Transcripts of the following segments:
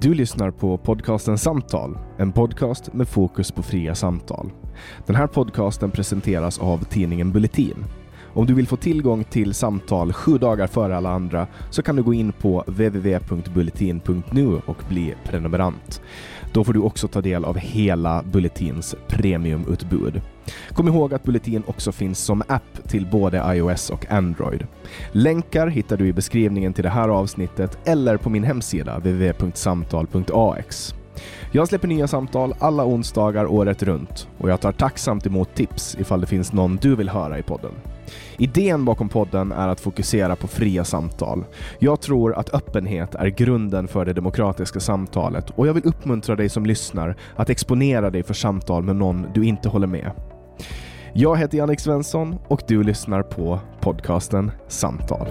Du lyssnar på podcasten Samtal, en podcast med fokus på fria samtal. Den här podcasten presenteras av tidningen Bulletin. Om du vill få tillgång till samtal 7 dagar före alla andra så kan du gå in på www.bulletin.nu och bli prenumerant. Då får du också ta del av hela Bulletins premiumutbud. Kom ihåg att Bulletin också finns som app till både iOS och Android. Länkar hittar du i beskrivningen till det här avsnittet eller på min hemsida www.samtal.ax. Jag släpper nya samtal alla onsdagar året runt och jag tar tacksamt emot tips ifall det finns någon du vill höra i podden. Idén bakom podden är att fokusera på fria samtal. Jag tror att öppenhet är grunden för det demokratiska samtalet och jag vill uppmuntra dig som lyssnar att exponera dig för samtal med någon du inte håller med. Jag heter Jannik Svensson och du lyssnar på podcasten Samtal.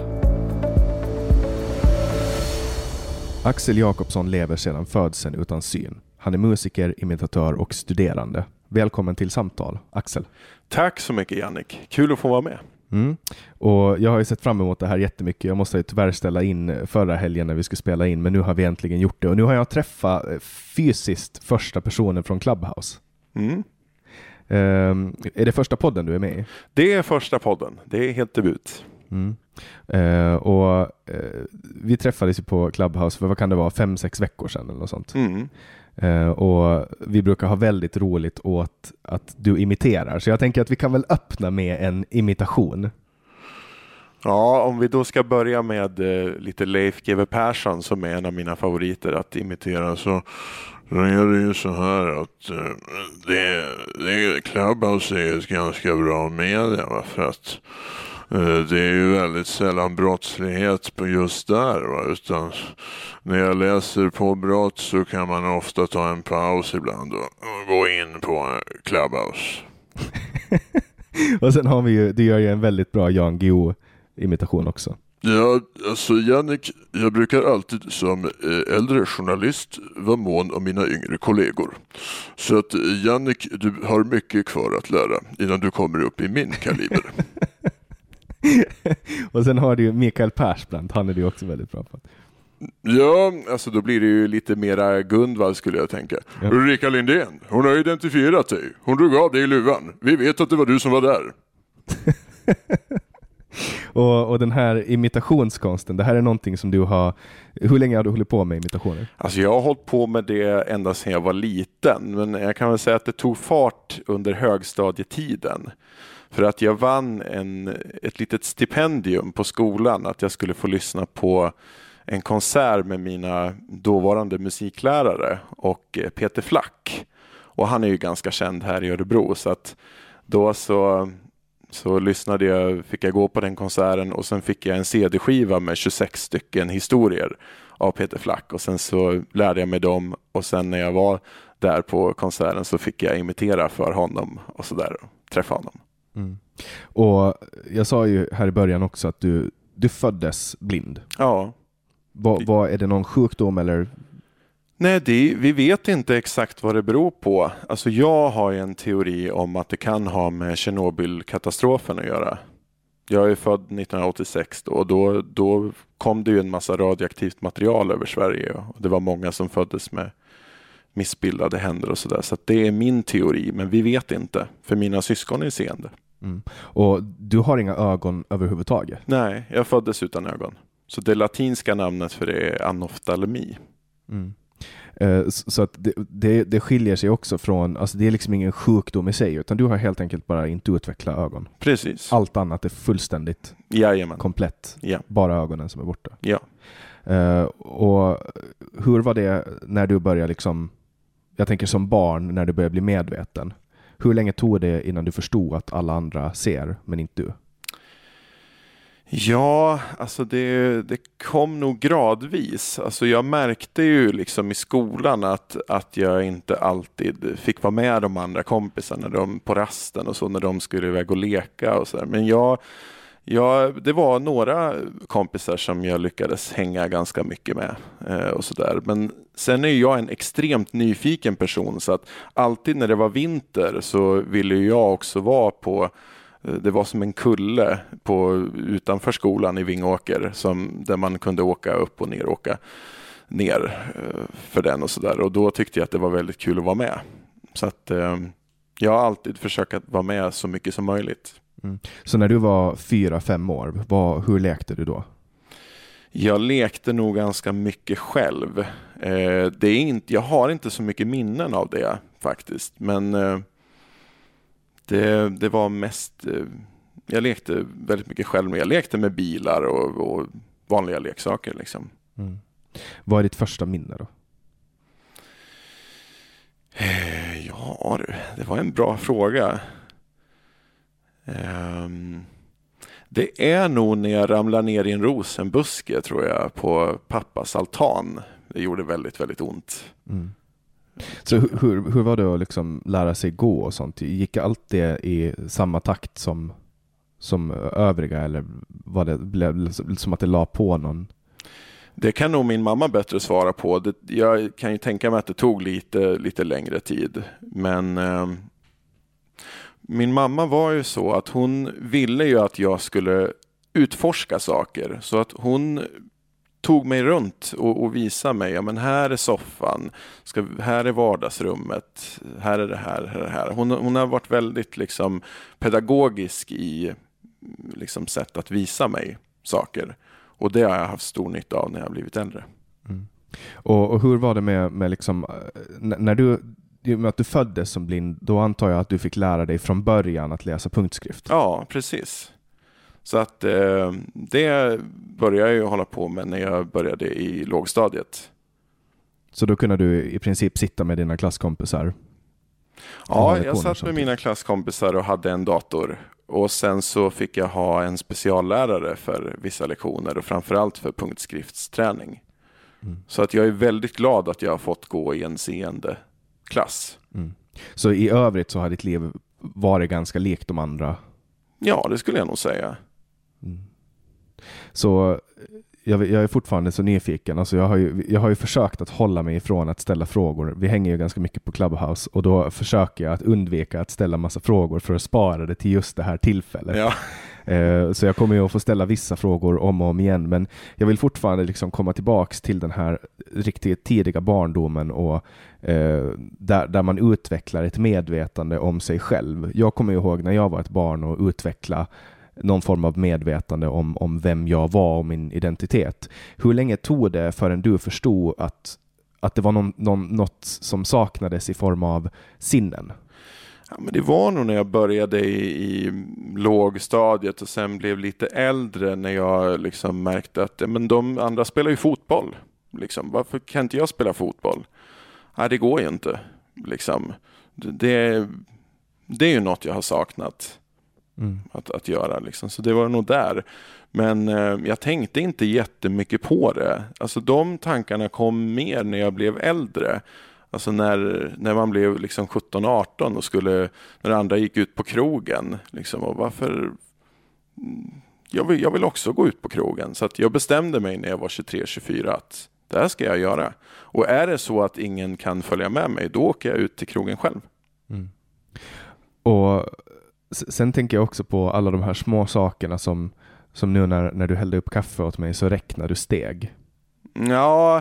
Axel Jakobsson lever sedan födseln utan syn. Han är musiker, imitatör och studerande. Välkommen till Samtal, Axel. Tack så mycket, Jannik. Kul att få vara med. Och jag har ju sett fram emot det här jättemycket. Jag måste ju tyvärr ställa in förra helgen när vi skulle spela in, men nu har vi äntligen gjort det. Och nu har jag träffat fysiskt första personen från Clubhouse. Är det första podden du är med i? Det är första podden. Det är helt debut. Vi träffades ju på Clubhouse för vad kan det vara, 5-6 veckor sedan eller något sånt. Och vi brukar ha väldigt roligt åt att du imiterar. Så jag tänker att vi kan väl öppna med en imitation. Ja, om vi då ska börja med lite Leif GW Persson som är en av mina favoriter att imitera, så är det ju så här att Clubhouse är ett ganska bra media, va? För att det är ju väldigt sällan brottslighet på just där, va? Utan när jag läser på brott så kan man ofta ta en paus ibland och gå in på Clubhouse. Och sen har vi ju, du gör ju en väldigt bra Jan Guillou imitation också. Ja, alltså Jannik, jag brukar alltid som äldre journalist vara mån om mina yngre kollegor. Så att Jannik, du har mycket kvar att lära innan du kommer upp i min kaliber. Och sen har du ju Mikael Persbrandt, han är du också väldigt bra på. Ja, alltså då blir det ju lite mera Gundvall skulle jag tänka. Ja. Ulrika Lindén, hon har identifierat dig. Hon drog av dig i luvan. Vi vet att det var du som var där. Och den här imitationskonsten, det här är någonting som du har... Hur länge har du hållit på med imitationer? Alltså jag har hållit på med det ända sedan jag var liten. Men jag kan väl säga att det tog fart under högstadietiden. För att jag vann ett litet stipendium på skolan att jag skulle få lyssna på en konsert med mina dåvarande musiklärare och Peter Flack. Och han är ju ganska känd här i Örebro, så att då så fick jag gå på den konserten och sen fick jag en CD-skiva med 26 stycken historier av Peter Flack och sen så lärde jag mig dem och sen när jag var där på konserten så fick jag imitera för honom och sådär och träffa honom. Och jag sa ju här i början också att du föddes blind. Ja. Vad är det någon sjukdom eller? Nej, vi vet inte exakt vad det beror på. Alltså jag har ju en teori om att det kan ha med Tjernobylkatastrofen att göra. Jag är född 1986 då, och då kom det ju en massa radioaktivt material över Sverige och det var många som föddes med missbildade händer och sådär. Så att det är min teori, men vi vet inte, för mina syskon är seende. Och du har inga ögon överhuvudtaget? Nej, jag föddes utan ögon. Så det latinska namnet för det är anoftalmi. Så att det skiljer sig också från, alltså det är liksom ingen sjukdom i sig, utan du har helt enkelt bara inte utvecklat ögon. Precis. Allt annat är fullständigt komplett. Ja. Bara ögonen som är borta. Ja. Och hur var det när du började liksom, jag tänker som barn, när du började bli medveten? Hur länge tog det innan du förstod att alla andra ser, men inte du? Ja, alltså det kom nog gradvis. Alltså jag märkte ju liksom i skolan att jag inte alltid fick vara med de andra kompisarna på rasten och så när de skulle iväg och leka och så där. Men det var några kompisar som jag lyckades hänga ganska mycket med och så där. Men sen är jag en extremt nyfiken person, så att alltid när det var vinter så ville jag också vara på. Det var som en kulle utanför skolan i Vingåker där man kunde åka upp och ner och åka ner för den och sådär. Och då tyckte jag att det var väldigt kul att vara med. Så att jag har alltid försökt att vara med så mycket som möjligt. Mm. Så när du var 4-5 år, hur lekte du då? Jag lekte nog ganska mycket själv. Jag har inte så mycket minnen av det faktiskt. Men det var mest... jag lekte väldigt mycket själv. Men jag lekte med bilar och vanliga leksaker. Liksom. Mm. Vad är ditt första minne då? Ja, det var en bra fråga. Det är nog när jag ramlade ner i en rosenbuske, tror jag, på pappas altan. Det gjorde väldigt, väldigt ont. Mm. Så hur var det att liksom lära sig gå och sånt? Gick allt det i samma takt som övriga, eller var det som att det la på någon? Det kan nog min mamma bättre svara på. Jag kan ju tänka mig att det tog lite längre tid. Men min mamma var ju så att hon ville ju att jag skulle utforska saker. Så att hon tog mig runt och visade mig. Ja, men här är soffan. Här är vardagsrummet. Här är det här. Här är det här. Hon har varit väldigt liksom pedagogisk i liksom sätt att visa mig saker. Och det har jag haft stor nytta av när jag har blivit äldre. Mm. Och hur var det med liksom, när du, med att du föddes som blind, då antar jag att du fick lära dig från början att läsa punktskrift? Ja, precis. Så att det började jag hålla på med när jag började i lågstadiet. Så då kunde du i princip sitta med dina klasskompisar? Ja, jag satt med mina klasskompisar och hade en dator. Och sen så fick jag ha en speciallärare för vissa lektioner och framförallt för punktskriftsträning. Mm. Så att jag är väldigt glad att jag har fått gå i en seende klass. Mm. Så i övrigt så har ditt liv varit ganska likt de andra? Ja, det skulle jag nog säga. Mm. Så jag är fortfarande så nyfiken. Alltså jag har ju försökt att hålla mig ifrån att ställa frågor. Vi hänger ju ganska mycket på Clubhouse och då försöker jag att undvika att ställa massa frågor för att spara det till just det här tillfället. Ja. Så jag kommer ju att få ställa vissa frågor om och om igen, men jag vill fortfarande liksom komma tillbaks till den här riktigt tidiga barndomen och där man utvecklar ett medvetande om sig själv. Jag kommer ihåg när jag var ett barn och utveckla någon form av medvetande om vem jag var och min identitet. Hur länge tog det förrän du förstod att det var något som saknades i form av sinnen? Ja, men det var nog när jag började i lågstadiet och sen blev lite äldre när jag liksom märkte att men de andra spelar ju fotboll. Liksom. Varför kan inte jag spela fotboll? Nej, det går ju inte. Liksom. Det är ju något jag har saknat. Att göra liksom. Så det var nog där. Men jag tänkte inte jättemycket på det. Alltså de tankarna kom mer när jag blev äldre. Alltså när man blev liksom 17-18 och när andra gick ut på krogen liksom, och varför jag vill också gå ut på krogen, så att jag bestämde mig när jag var 23-24 att det här ska jag göra. Och är det så att ingen kan följa med mig, då åker jag ut till krogen själv. Mm. Och sen tänker jag också på alla de här små sakerna som nu när du hällde upp kaffe åt mig så räknar du steg. Ja,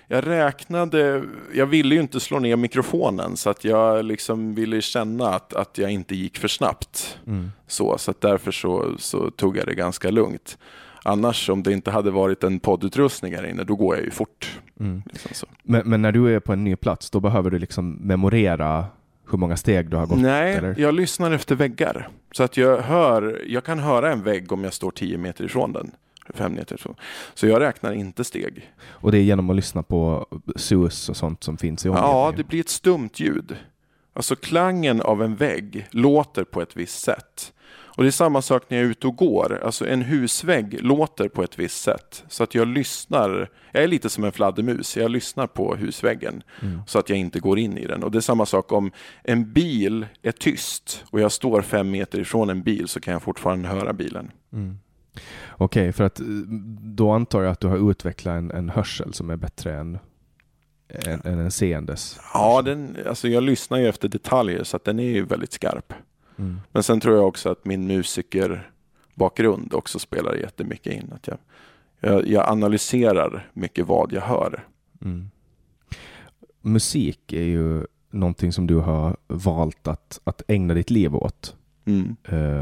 jag ville ju inte slå ner mikrofonen, så att jag liksom ville känna att jag inte gick för snabbt. Mm. Så att därför så tog jag det ganska lugnt. Annars, om det inte hade varit en poddutrustning här inne, då går jag ju fort. Mm. Liksom så. Men när du är på en ny plats, då behöver du liksom memorera hur många steg du har gått? Nej, eller? Jag lyssnar efter väggar. Så att jag kan höra en vägg om jag står 10 meter ifrån den. 5 meter så. Så jag räknar inte steg. Och det är genom att lyssna på sus och sånt som finns i omgivningen? Ja, det blir ett stumt ljud. Alltså klangen av en vägg låter på ett visst sätt. Och det är samma sak när jag är ute och går. Alltså en husvägg låter på ett visst sätt. Så att jag är lite som en fladdermus. Jag lyssnar på husväggen så att jag inte går in i den. Och det är samma sak om en bil är tyst och jag står 5 meter ifrån en bil, så kan jag fortfarande höra bilen. Mm. Okej, för att då antar jag att du har utvecklat en hörsel som är bättre än en seendes. Ja, alltså jag lyssnar ju efter detaljer, så att den är ju väldigt skarp. Mm. Men sen tror jag också att min musikerbakgrund också spelar jättemycket in. Att jag analyserar mycket vad jag hör. Mm. Musik är ju någonting som du har valt att ägna ditt liv åt. Mm.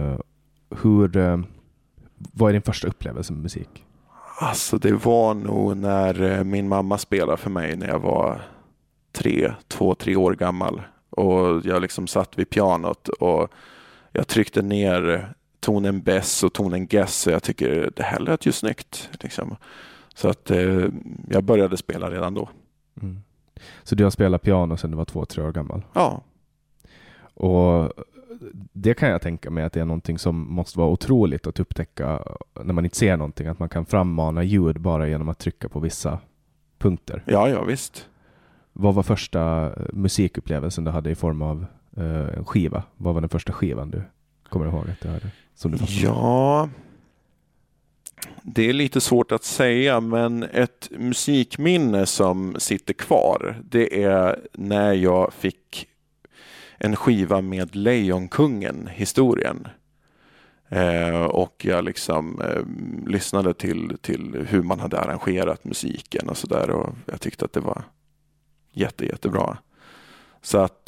Vad är din första upplevelse med musik? Alltså det var nog när min mamma spelade för mig när jag var 2-3 år gammal. Och jag liksom satt vid pianot och jag tryckte ner tonen bess och tonen gess och jag tycker det här lät ju snyggt. Liksom. Så att jag började spela redan då. Mm. Så du har spelat piano sedan du var 2-3 år gammal? Ja. Och det kan jag tänka mig att det är någonting som måste vara otroligt att upptäcka när man inte ser någonting. Att man kan frammana ljud bara genom att trycka på vissa punkter. Ja, visst. Vad var första musikupplevelsen du hade i form av en skiva? Vad var den första skivan du kommer ihåg att du hade? Som du ja, det är lite svårt att säga, men ett musikminne som sitter kvar, det är när jag fick en skiva med Lejonkungen, historien. Och jag liksom lyssnade till hur man hade arrangerat musiken och sådär, och jag tyckte att det var jättebra. Så att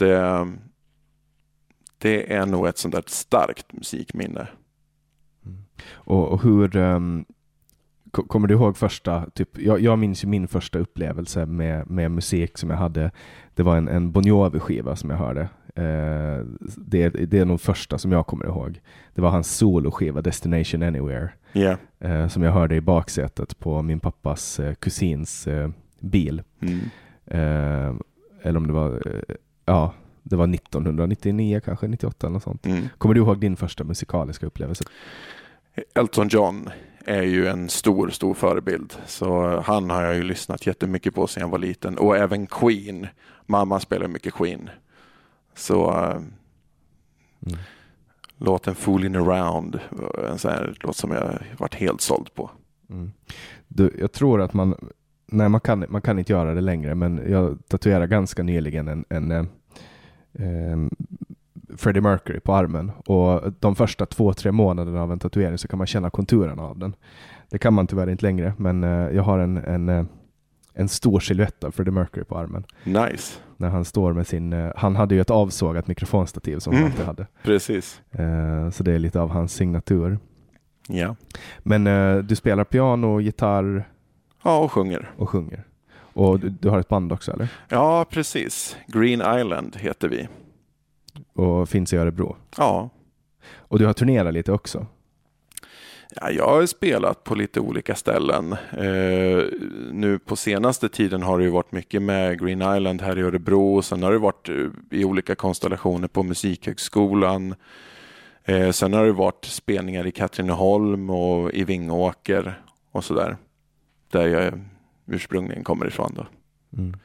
det är nog ett sånt där starkt musikminne. Mm. Och hur kommer du ihåg första typ, jag minns ju min första upplevelse med musik som jag hade. Det var en Bon Jovi-skiva som jag hörde. Det är nog första som jag kommer ihåg. Det var hans soloskiva Destination Anywhere. Yeah. Som jag hörde i baksätet på min pappas kusins bil. Mm. Eller om det var det var 1999 kanske, 98 eller något sånt. Mm. Kommer du ihåg din första musikaliska upplevelse? Elton John är ju en stor förebild. Så han har jag ju lyssnat jättemycket på sedan jag var liten. Och även Queen. Mamma spelar mycket Queen. Så låten Foolin' Around, en sån här låt som jag varit helt såld på. Mm. Jag tror att man kan inte göra det längre, men jag tatuerade ganska nyligen en Freddie Mercury på armen, och de första 2-3 månaderna av en tatuering så kan man känna konturerna av den. Det kan man tyvärr inte längre, men jag har en stor silhuett av Freddie Mercury på armen. Nice. När han står med sin... han hade ju ett avsågat mikrofonstativ som han alltid hade. Precis. Så det är lite av hans signatur. Ja. Men du spelar piano, gitarr... Ja, och sjunger. Och du har ett band också, eller? Ja, precis. Green Island heter vi. Och finns i Örebro? Ja. Och du har turnerat lite också? Ja, jag har spelat på lite olika ställen. Nu på senaste tiden har det ju varit mycket med Green Island här i Örebro. Sen har det varit i olika konstellationer på Musikhögskolan. Sen har det varit spelningar i Katrineholm och i Vingåker och sådär. Där jag ursprungligen kommer ifrån då. Mm.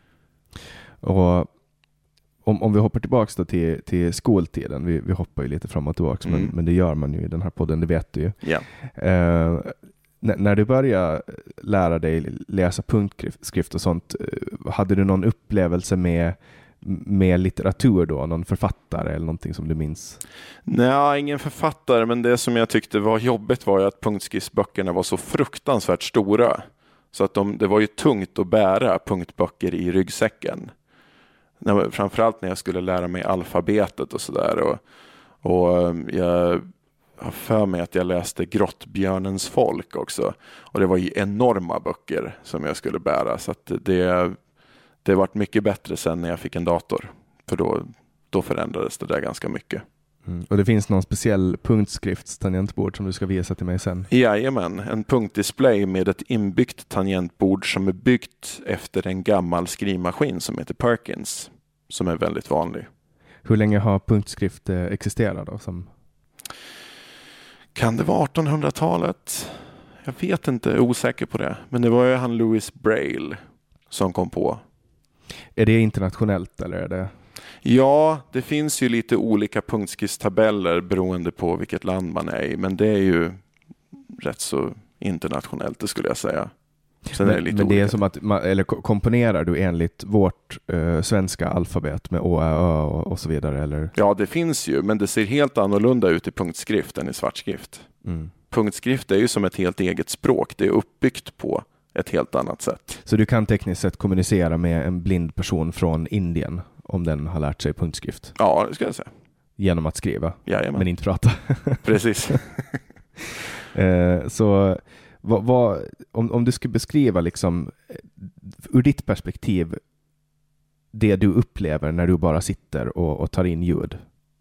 Och om vi hoppar tillbaka då till skoltiden. Vi hoppar ju lite fram och tillbaka, men det gör man ju i den här podden, det vet du ju. Yeah. När du började lära dig läsa punktskrift och sånt, hade du någon upplevelse med litteratur då? Någon författare eller någonting som du minns? Nej, ingen författare, men det som jag tyckte var jobbigt var ju att punktskriftsböckerna var så fruktansvärt stora. Så att det var ju tungt att bära punktböcker i ryggsäcken. Framförallt när jag skulle lära mig alfabetet och sådär. Och jag har för mig att jag läste Grottbjörnens folk också. Och det var ju enorma böcker som jag skulle bära. Så att det varit mycket bättre sen när jag fick en dator. För då förändrades det där ganska mycket. Mm. Och det finns någon speciell punktskriftstangentbord som du ska visa till mig sen? Jajamän, en punktdisplay med ett inbyggt tangentbord som är byggt efter en gammal skrivmaskin som heter Perkins, som är väldigt vanlig. Hur länge har punktskrift existerat då? Kan det vara 1800-talet? Jag vet inte, jag är osäker på det. Men det var ju han Louis Braille som kom på. Är det internationellt eller är det... Ja, det finns ju lite olika punktskriftstabeller beroende på vilket land man är i. Men det är ju rätt så internationellt, det skulle jag säga. Sen men är det lite men det olika. är som att, eller komponerar du enligt vårt svenska alfabet med Å, Ä, Ö och så vidare? Eller? Ja, det finns ju, men det ser helt annorlunda ut i punktskrift än i svartskrift. Mm. Punktskrift är ju som ett helt eget språk. Det är uppbyggt på ett helt annat sätt. Så du kan tekniskt sett kommunicera med en blind person från Indien om den har lärt sig punktskrift? Ja, det ska jag säga. Genom att skriva, Jajamän. men inte prata. Precis. Så om du skulle beskriva liksom, ur ditt perspektiv det du upplever när du bara sitter och tar in ljud?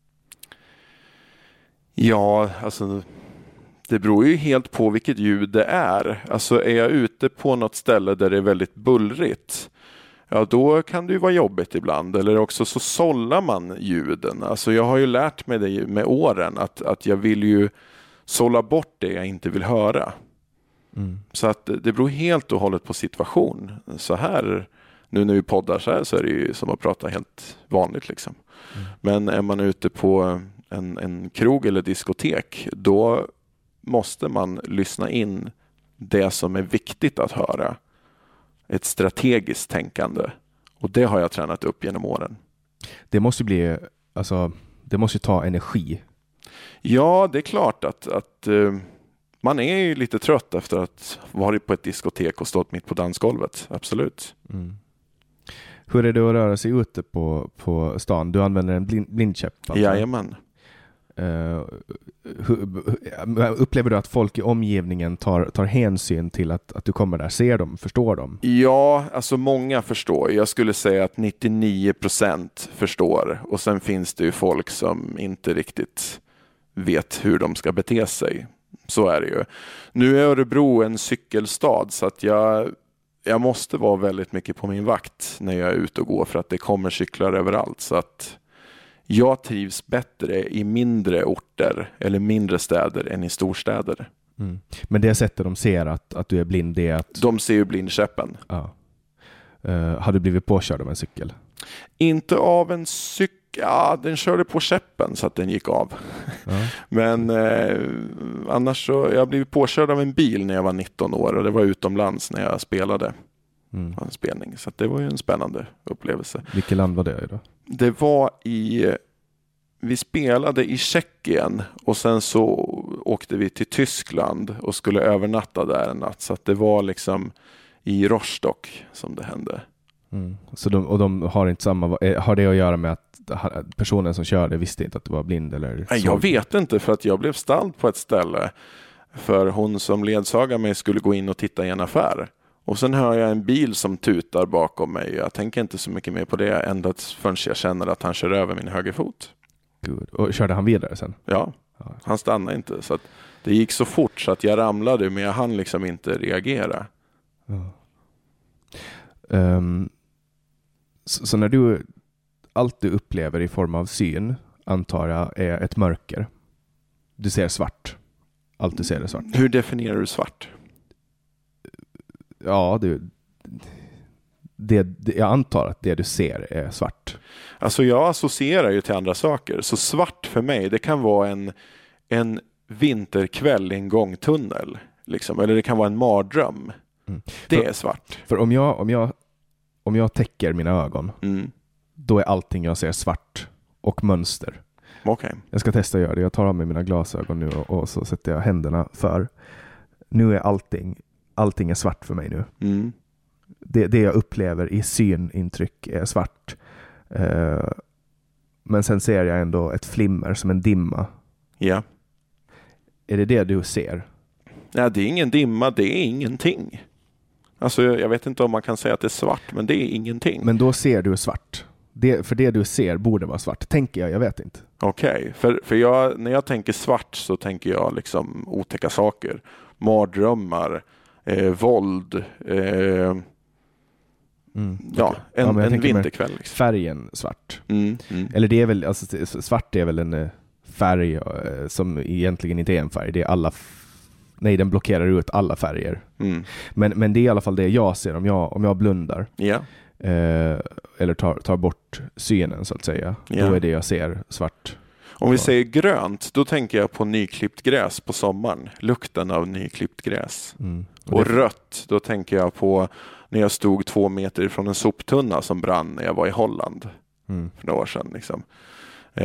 Ja, alltså det beror ju helt på vilket ljud det är. Alltså är jag ute på något ställe där det är väldigt bullrigt, ja då kan det ju vara jobbigt ibland. Eller också så sållar man ljuden. Alltså jag har ju lärt mig det med åren att jag vill ju sålla bort det jag inte vill höra. Så att det beror helt och hållet på situation. Så här, nu när vi poddar så är det ju som att prata helt vanligt liksom. Men är man ute på en krog eller diskotek, då måste man lyssna in det som är viktigt att höra. Ett strategiskt tänkande. Och det har jag tränat upp genom åren. Det måste bli, alltså, det måste ta energi. Ja, det är klart att man är ju lite trött efter att varit på ett diskotek och stått mitt på dansgolvet. Absolut. Hur är det att röra sig ute på stan? Du använder en blindkäpp? Alltså. Jajamän. Upplever du att folk i omgivningen tar hänsyn till att du kommer där? Ser dem? Förstår dem? Ja, alltså många förstår. Jag skulle säga att 99% förstår. Och sen finns det ju folk som inte riktigt vet hur de ska bete sig. Så är det ju. Nu är Örebro en cykelstad, så att jag måste vara väldigt mycket på min vakt när jag är ute och går, för att det kommer cyklar överallt. Så att jag trivs bättre i mindre orter eller mindre städer än i storstäder. Men det sättet de ser att du är blind, det är att... De ser ju blindkäppen. Ja. Har du blivit påkörd av en cykel? Inte av en cykel. Ja, den körde på käppen så att den gick av. Ja. Men annars så jag blev påkörd av en bil när jag var 19 år, och det var utomlands när jag spelade en spelning. Så att det var ju en spännande upplevelse. Vilket land var det då? Det var vi spelade i Tjeckien och sen så åkte vi till Tyskland och skulle övernatta där en natt. Så att det var liksom i Rostock som det hände. Så de har inte samma... Har det att göra med att personen som körde visste inte att du var blind? Eller nej, jag vet inte, för att jag blev ställd på ett ställe för hon som ledsagade mig skulle gå in och titta i en affär. Och sen hör jag en bil som tutar bakom mig. Jag tänker inte så mycket mer på det ända förrän jag känner att han kör över min högerfot. Gud. Och körde han vidare sen? Ja, han stannade inte. Så att det gick så fort så att jag ramlade, men jag hann liksom inte reagera. Ja. Så när allt du upplever i form av syn, antar jag, är ett mörker. Du ser svart. Allt du ser är svart. Hur definierar du svart? Ja, jag antar att det du ser är svart. Alltså jag associerar ju till andra saker. Så svart för mig, det kan vara en vinterkväll i en gångtunnel. Liksom. Eller det kan vara en mardröm. Det är svart. För om jag täcker mina ögon, då är allting jag ser svart och mönster. Okay. Jag ska testa att göra det. Jag tar av mig mina glasögon nu och så sätter jag händerna för. Nu är allting är svart för mig nu. Det jag upplever i synintryck är svart. Men sen ser jag ändå ett flimmer som en dimma. Ja. Är det du ser? Nej, det är ingen dimma, det är ingenting. Alltså jag vet inte om man kan säga att det är svart, men det är ingenting. Men då ser du svart. För det du ser borde vara svart, tänker jag vet inte. Okej, för när jag tänker svart så tänker jag liksom otäcka saker. Mardrömmar, våld, en vinterkväll. Liksom. Färgen svart. Eller det är väl, alltså, svart är väl en färg som egentligen inte är en färg. Det är den blockerar ut alla färger. Men det är i alla fall det jag ser om jag blundar. Yeah. Eller tar bort synen så att säga. Då är det jag ser svart. Om vi säger grönt, då tänker jag på nyklippt gräs på sommaren. Lukten av nyklippt gräs. Och rött, då tänker jag på när jag stod 2 meter ifrån en soptunna som brann när jag var i Holland. För några år sedan. Liksom.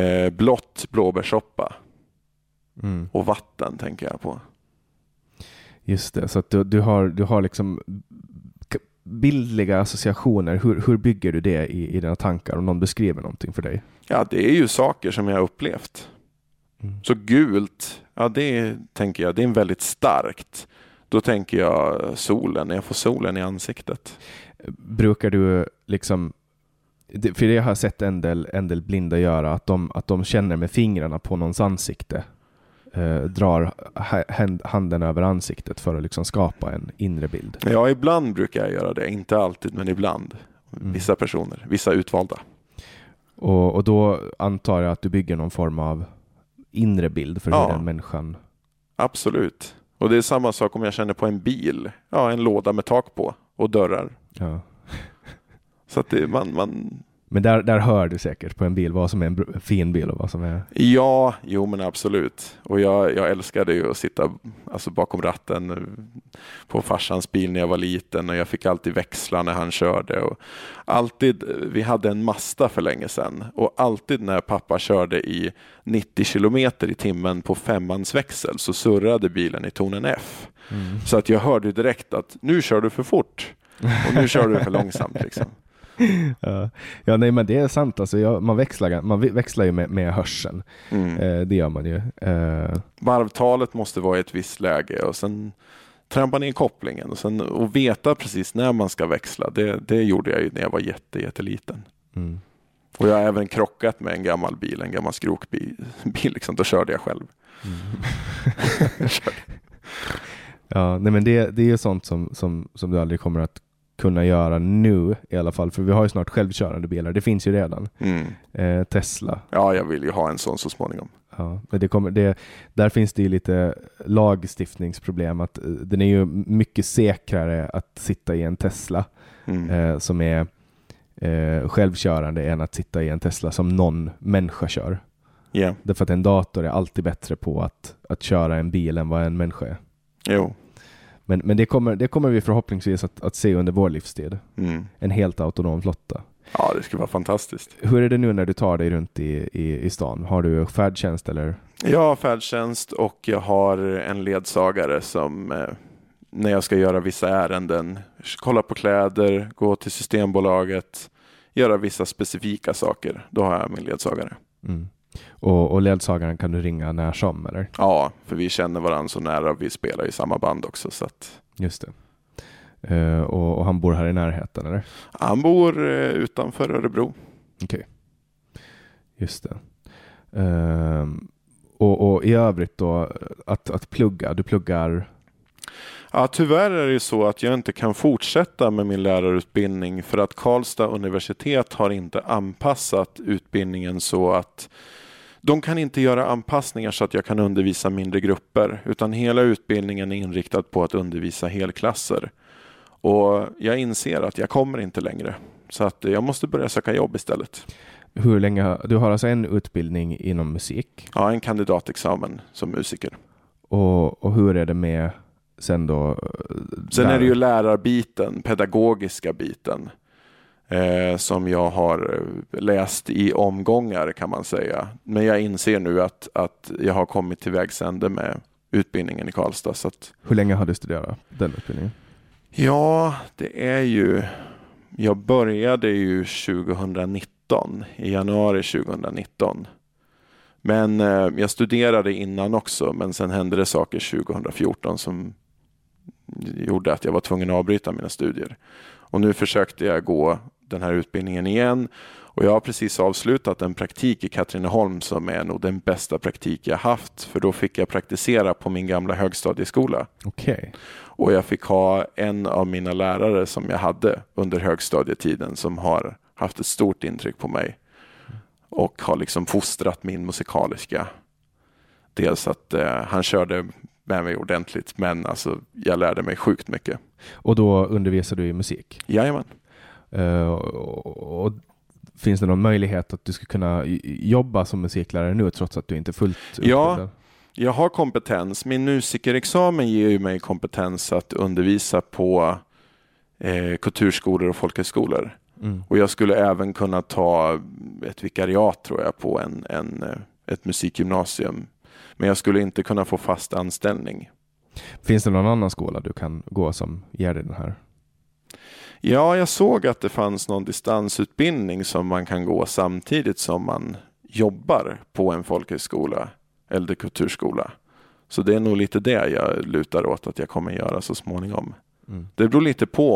Blått, blåbärssoppa. Och vatten tänker jag på. Just det, så att du har liksom bildliga associationer. Hur bygger du det i dina tankar om någon beskriver någonting för dig? Ja, det är ju saker som jag har upplevt. Så gult, ja det tänker jag, det är en väldigt starkt. Då tänker jag solen, när jag får solen i ansiktet. Brukar du liksom, för jag har sett en del blinda göra, att de känner med fingrarna på någons ansikte, drar handen över ansiktet för att liksom skapa en inre bild. Ja, ibland brukar jag göra det, inte alltid men ibland. Vissa personer, vissa utvalda. Och då antar jag att du bygger någon form av inre bild för hur den människan... Absolut. Och det är samma sak om jag känner på en bil. Ja, en låda med tak på och dörrar. Ja. Så att det, man... Men där hör du säkert på en bil vad som är en fin bil och vad som är... Ja, jo men absolut. Och jag älskade ju att sitta bakom ratten på farsans bil när jag var liten. Och jag fick alltid växla när han körde. Och alltid, vi hade en Mazda för länge sedan. Och alltid när pappa körde i 90 kilometer i timmen på 5-mansväxel så surrade bilen i tonen F. Så att jag hörde direkt att nu kör du för fort. Och nu kör du för långsamt liksom. Ja, nej men det är sant. Alltså, man växlar ju med hörseln. Det gör man ju. Varvtalet måste vara i ett visst läge och sen trampa ner kopplingen och veta precis när man ska växla. Det gjorde jag ju när jag var jätteliten. Och jag har även krockat med en gammal bil, en gammal skrokbil liksom. Då körde jag själv. Ja, nej men det är ju sånt som du aldrig kommer att kunna göra nu i alla fall, för vi har ju snart självkörande bilar. Det finns ju redan. Tesla. Ja, jag vill ju ha en sån så småningom. Ja, men där finns det ju lite lagstiftningsproblem, att den är ju mycket säkrare att sitta i en Tesla som är självkörande än att sitta i en Tesla som någon människa kör. Yeah. Därför att en dator är alltid bättre på att köra en bil än vad en människa är. Jo. Men det kommer vi förhoppningsvis att se under vår livstid. En helt autonom flotta. Ja, det skulle vara fantastiskt. Hur är det nu när du tar dig runt i stan? Har du färdtjänst eller? Jag har färdtjänst och jag har en ledsagare som när jag ska göra vissa ärenden, kolla på kläder, gå till Systembolaget, göra vissa specifika saker. Då har jag min ledsagare. Och ledsagaren kan du ringa när som, eller? Ja, för vi känner varandra så nära och vi spelar i samma band också. Så att... Just det. Och han bor här i närheten, eller? Han bor utanför Örebro. Okej. Just det. Och i övrigt då, att plugga, du pluggar... Ja, tyvärr är det ju så att jag inte kan fortsätta med min lärarutbildning för att Karlstad universitet har inte anpassat utbildningen så att de kan inte göra anpassningar så att jag kan undervisa mindre grupper, utan hela utbildningen är inriktad på att undervisa helklasser. Och jag inser att jag kommer inte längre, så att jag måste börja söka jobb istället. Hur länge, du har alltså en utbildning inom musik? Ja, en kandidatexamen som musiker. Och hur är det med sen då? Sen är det ju lärarbiten, pedagogiska biten. Som jag har läst i omgångar kan man säga. Men jag inser nu att jag har kommit till vägs ände med utbildningen i Karlstad. Så att... Hur länge har du studerat den utbildningen? Ja, det är ju... Jag började ju 2019, i januari 2019. Men jag studerade innan också, men sen hände det saker 2014 som gjorde att jag var tvungen att avbryta mina studier. Och nu försökte jag gå den här utbildningen igen och jag har precis avslutat en praktik i Katrineholm som är nog den bästa praktik jag haft, för då fick jag praktisera på min gamla högstadieskola. Okej. Och jag fick ha en av mina lärare som jag hade under högstadietiden som har haft ett stort intryck på mig och har liksom fostrat min musikaliska. Dels att han körde med mig ordentligt, men alltså jag lärde mig sjukt mycket. Och då undervisar du i musik? Jajamän. Och finns det någon möjlighet att du ska kunna jobba som musiklärare nu trots att du inte är fullt utbildad? Ja, jag har kompetens. Min musikerexamen ger ju mig kompetens att undervisa på kulturskolor och folkhögskolor. Och jag skulle även kunna ta ett vikariat tror jag på ett musikgymnasium. Men jag skulle inte kunna få fast anställning. Finns det någon annan skola du kan gå som ger dig den här? Ja, jag såg att det fanns någon distansutbildning som man kan gå samtidigt som man jobbar på en folkhögskola eller kulturskola. Så det är nog lite det jag lutar åt att jag kommer göra så småningom. Det beror lite på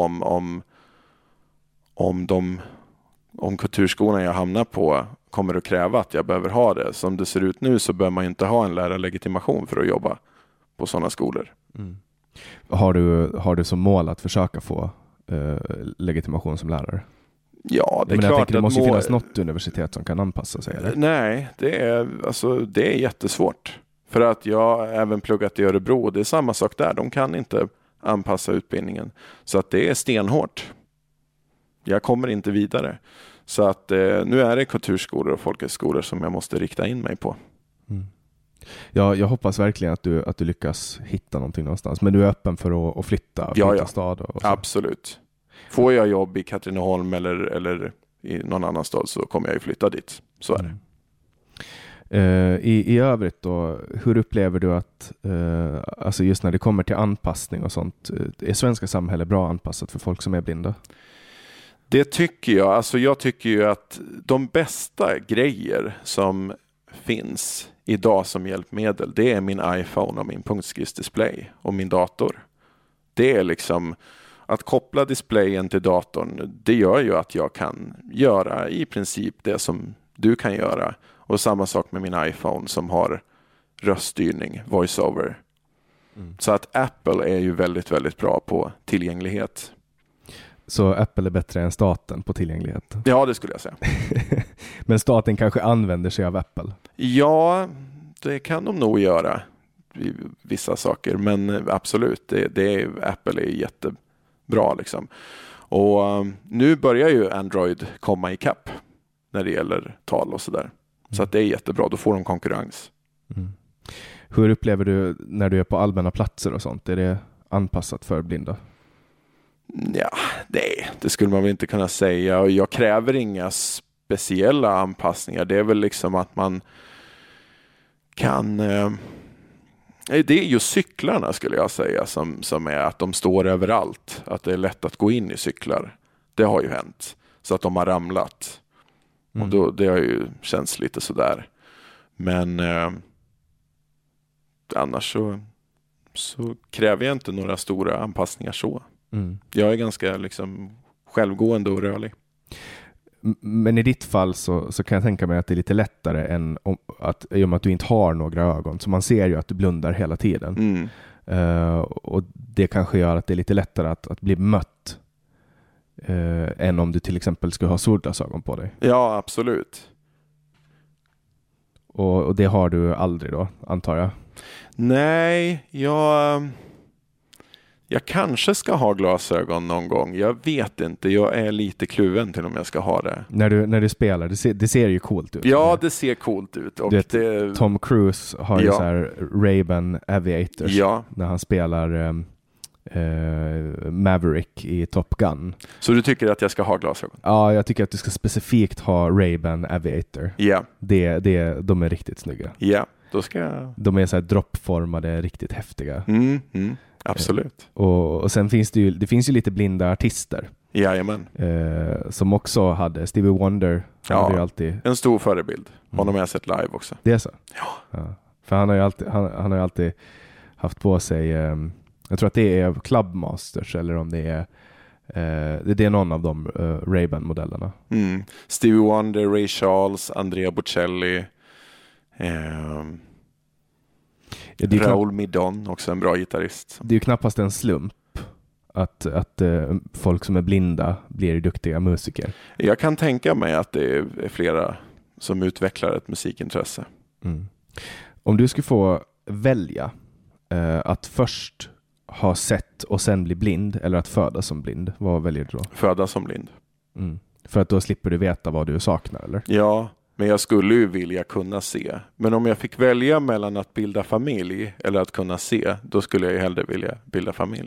om kulturskolan jag hamnar på kommer att kräva att jag behöver ha det. Som det ser ut nu så behöver man inte ha en lärarlegitimation för att jobba på sådana skolor. Har du som mål att försöka få legitimation som lärare? Ja, det är men klart jag tänker, det att måste finnas något universitet som kan anpassa sig, eller? Nej, det är jättesvårt. För att jag har även pluggat i Örebro. Det är samma sak där. De kan inte anpassa utbildningen. Så att det är stenhårt. Jag kommer inte vidare. Så att nu är det kulturskolor och folkhögskolor som jag måste rikta in mig på. Ja, jag hoppas verkligen att du lyckas hitta någonting någonstans. Men du är öppen för att flytta stad? Och så. Absolut. Får jag jobb i Katrineholm eller i någon annan stad så kommer jag ju flytta dit. Så är det. I övrigt då, hur upplever du att alltså just när det kommer till anpassning och sånt, är svenska samhället bra anpassat för folk som är blinda? Det tycker jag. Alltså jag tycker ju att de bästa grejer som finns idag som hjälpmedel, det är min iPhone och min punktskriftsdisplay och min dator. Det är liksom att koppla displayen till datorn, det gör ju att jag kan göra i princip det som du kan göra. Och samma sak med min iPhone som har röststyrning, voiceover. Så att Apple är ju väldigt, väldigt bra på tillgänglighet. Så Apple är bättre än staten på tillgänglighet? Ja, det skulle jag säga. Men staten kanske använder sig av Apple? Ja, det kan de nog göra i vissa saker. Men absolut, Apple är jättebra liksom. Och nu börjar ju Android komma ikapp när det gäller tal och sådär. Så att det är jättebra, då får de konkurrens. Hur upplever du när du är på allmänna platser och sånt? Är det anpassat för blinda? Ja, det skulle man väl inte kunna säga. Och jag kräver inga speciella anpassningar. Det är väl liksom att man kan... Det är ju cyklarna skulle jag säga som är att de står överallt. Att det är lätt att gå in i cyklar. Det har ju hänt. Så att de har ramlat. Och då, det har ju känts lite sådär. Men annars så kräver jag inte några stora anpassningar så. Jag är ganska liksom självgående och rörlig. Men i ditt fall så kan jag tänka mig att det är lite lättare än i och med att du inte har några ögon. Så man ser ju att du blundar hela tiden. Och det kanske gör att det är lite lättare att bli mött än om du till exempel ska ha solglasögon på dig. Ja, absolut. Och det har du aldrig då, antar jag? Nej, jag kanske ska ha glasögon någon gång. Jag vet inte. Jag är lite kluven till om jag ska ha det. När du spelar, det ser ju coolt ut. Ja, det ser coolt ut. Och Tom Cruise har ju så här Ray-Ban Aviators när han spelar Maverick i Top Gun. Så du tycker att jag ska ha glasögon? Ja, jag tycker att du ska specifikt ha Ray-Ban Aviator. Ja. De är riktigt snygga. Ja, då ska jag... De är så här droppformade, riktigt häftiga. Absolut. Och sen finns det finns ju lite blinda artister. Jajamän. Som också hade Stevie Wonder. Hade ju alltid... en stor förebild. Honom har jag sett live också. Det är så? Ja. För han har ju alltid haft på sig... jag tror att det är Club Masters eller om det är någon av de Ray-Ban-modellerna. Stevie Wonder, Ray Charles, Andrea Bocelli, Raoul Midon, också en bra gitarrist. Det är ju knappast en slump att folk som är blinda blir duktiga musiker. Jag kan tänka mig att det är flera som utvecklar ett musikintresse. Om du skulle få välja att först ha sett och sen bli blind eller att födas som blind, vad väljer du då? Födas som blind. För att då slipper du veta vad du saknar, eller? Ja, men jag skulle ju vilja kunna se. Men om jag fick välja mellan att bilda familj eller att kunna se, då skulle jag hellre vilja bilda familj.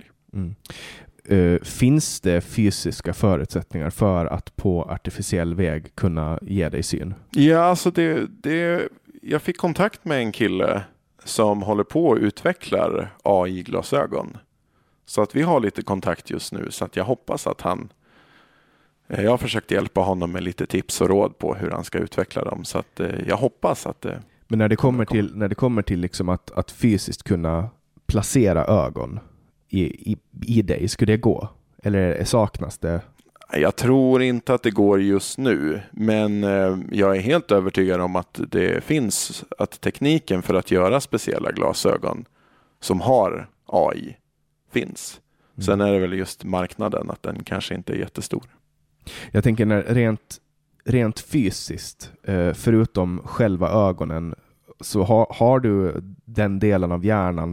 Finns det fysiska förutsättningar för att på artificiell väg kunna ge dig syn? Ja, alltså jag fick kontakt med en kille som håller på att utveckla AI-glasögon. Så att vi har lite kontakt just nu, så att jag hoppas att jag har försökt hjälpa honom med lite tips och råd på hur han ska utveckla dem. Så att jag hoppas att det... Men när det kommer till liksom att fysiskt kunna placera ögon i dig, skulle det gå? Eller saknas det? Jag tror inte att det går just nu, men jag är helt övertygad om att det finns, att tekniken för att göra speciella glasögon som har AI finns. Sen är det väl just marknaden, att den kanske inte är jättestor. Jag tänker rent fysiskt, förutom själva ögonen, så har du den delen av hjärnan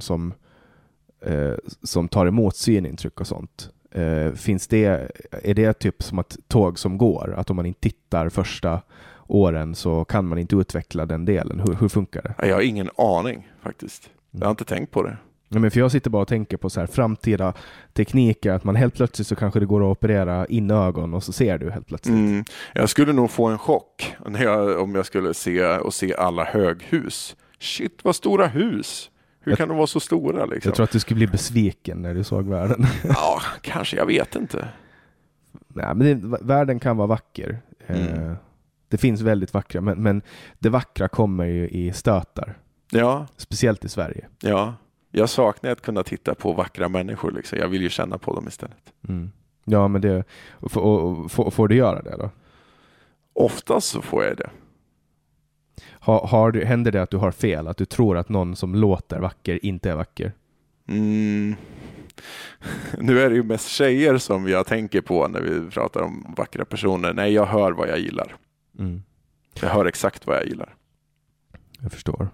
som tar emot synintryck och sånt. Är det typ som ett tåg som går? Att om man inte tittar första åren så kan man inte utveckla den delen. Hur funkar det? Jag har ingen aning faktiskt. Jag har inte tänkt på det. Ja, men för jag sitter bara och tänker på så här framtida tekniker, att man helt plötsligt så kanske det går att operera in ögon och så ser du helt plötsligt. Jag skulle nog få en chock om jag skulle se alla höghus. Shit, vad stora hus! Hur kan de vara så stora? Liksom? Jag tror att du skulle bli besviken när du såg världen. Ja, kanske. Jag vet inte. Nej, men världen kan vara vacker. Det finns väldigt vackra, men det vackra kommer ju i stötar. Ja. Speciellt i Sverige. Ja. Jag saknar att kunna titta på vackra människor. Liksom. Jag vill ju känna på dem istället. Ja, men får du göra det då? Oftast så får jag det. Händer det att du har fel? Att du tror att någon som låter vacker inte är vacker? Nu är det ju mest tjejer som jag tänker på när vi pratar om vackra personer. Nej, jag hör vad jag gillar. Jag hör exakt vad jag gillar. Jag förstår.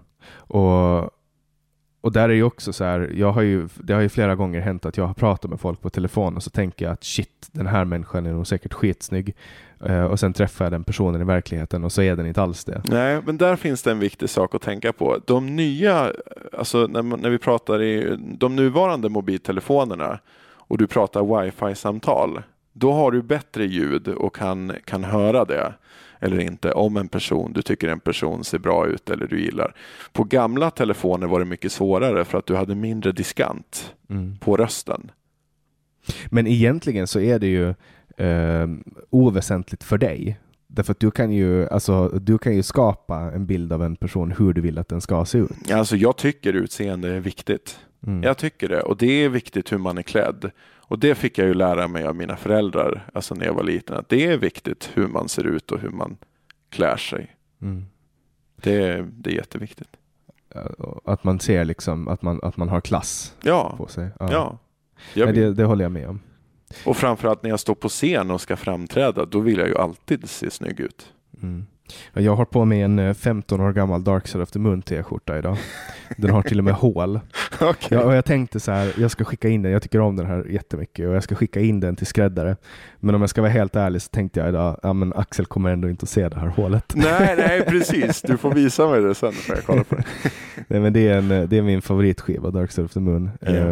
Och där är ju också så här, det har ju flera gånger hänt att jag har pratat med folk på telefon och så tänker jag att shit, den här människan är nog säkert skitsnygg. Och sen träffar jag den personen i verkligheten och så är den inte alls det. Nej, men där finns det en viktig sak att tänka på. De nya, alltså när vi pratar i de nuvarande mobiltelefonerna och du pratar wifi-samtal, då har du bättre ljud och kan höra det eller inte om du tycker en person ser bra ut eller du gillar. På gamla telefoner var det mycket svårare för att du hade mindre diskant på rösten. Men egentligen så är det ju oväsentligt för dig. Därför att du kan ju skapa en bild av en person hur du vill att den ska se ut. Alltså jag tycker utseende är viktigt. Jag tycker det. Och det är viktigt hur man är klädd. Och det fick jag ju lära mig av mina föräldrar, alltså när jag var liten, att det är viktigt hur man ser ut och hur man klär sig. Det är jätteviktigt. Att man ser liksom att man har klass på sig. Ja. Det håller jag med om. Och framförallt när jag står på scen och ska framträda, då vill jag ju alltid se snygg ut. Jag har på mig en 15 år gammal Dark Side of the Moon t-skjorta idag. Den har till och med hål. Okay. Och jag tänkte så här, jag ska skicka in den. Jag tycker om den här jättemycket och jag ska skicka in den till skräddare. Men om jag ska vara helt ärlig så tänkte jag idag, men Axel kommer ändå inte att se det här hålet. Nej, precis. Du får visa mig det sen för jag kollar på det. Nej, men det är min favoritskiva, Dark Side of the Moon.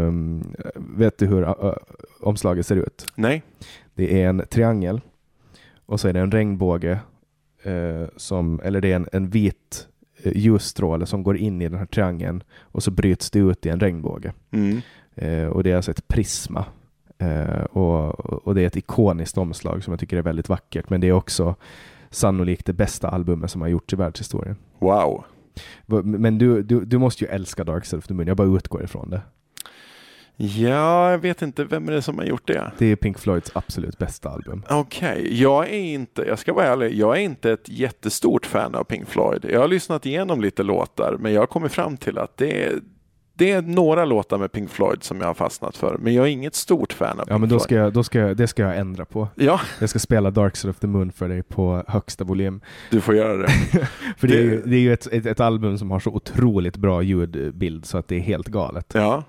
Vet du hur omslaget ser ut? Nej. Det är en triangel och så är det en regnbåge eller det är en vit ljusstråle som går in i den här triangeln och så bryts det ut i en regnbåge. Och det är alltså ett prisma. Och det är ett ikoniskt omslag som jag tycker är väldigt vackert, men det är också sannolikt det bästa albumet som har gjorts i världshistorien. Wow. Men du måste ju älska Dark Side of the Moon. Jag bara utgår ifrån det. Ja, jag vet inte vem är det som har gjort det. Det är Pink Floyds absolut bästa album. Okej, jag ska vara ärlig, jag är inte ett jättestort fan av Pink Floyd. Jag har lyssnat igenom lite låtar, men jag har kommit fram till att det är några låtar med Pink Floyd som jag har fastnat för, men jag är inget stort fan av Pink Floyd. Det ska jag ändra på. Ja. Jag ska spela Dark Side of the Moon för dig på högsta volym. Du får göra det. För det är ju ett album som har så otroligt bra ljudbild så att det är helt galet. Ja.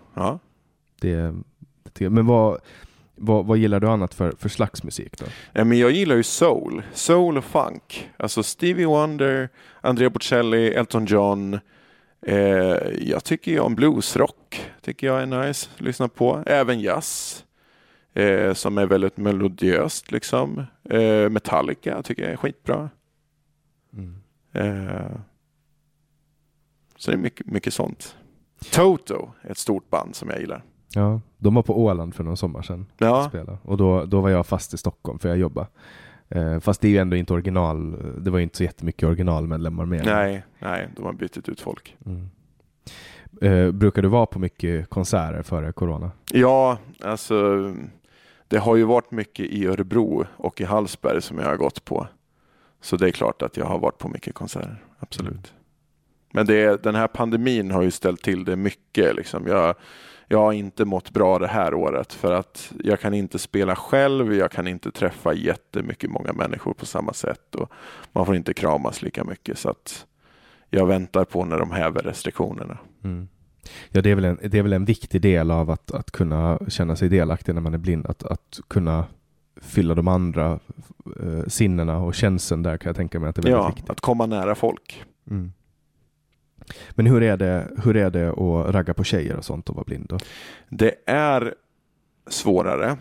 Men vad gillar du annat för slags musik då? Ja, men jag gillar ju soul och funk. Alltså Stevie Wonder, Andrea Bocelli, Elton John. Jag tycker ju om bluesrock. Tycker jag är nice att lyssna på. Även jazz. Som är väldigt melodiöst liksom. Metallica tycker jag är skitbra. Så det är mycket sånt. Toto är ett stort band som jag gillar. Ja, de var på Åland för någon sommar sedan. Ja. Spela. Och då var jag fast i Stockholm för jag jobbade. Fast det är ju ändå inte original. Det var ju inte så jättemycket originalmedlemmar med. Nej, de har bytt ut folk. Brukar du vara på mycket konserter före corona? Ja, alltså det har ju varit mycket i Örebro och i Hallsberg som jag har gått på. Så det är klart att jag har varit på mycket konserter, absolut. Men den här pandemin har ju ställt till det mycket. Liksom. Jag har inte mått bra det här året för att jag kan inte spela själv, jag kan inte träffa jättemycket många människor på samma sätt och man får inte kramas lika mycket, så att jag väntar på när de häver restriktionerna. Ja, det är väl en viktig del av att kunna känna sig delaktig när man är blind, att kunna fylla de andra sinnena och känslan där, kan jag tänka mig att det är väldigt viktigt. Att komma nära folk. Men hur är det att ragga på tjejer och sånt och vara blind då? Det är svårare.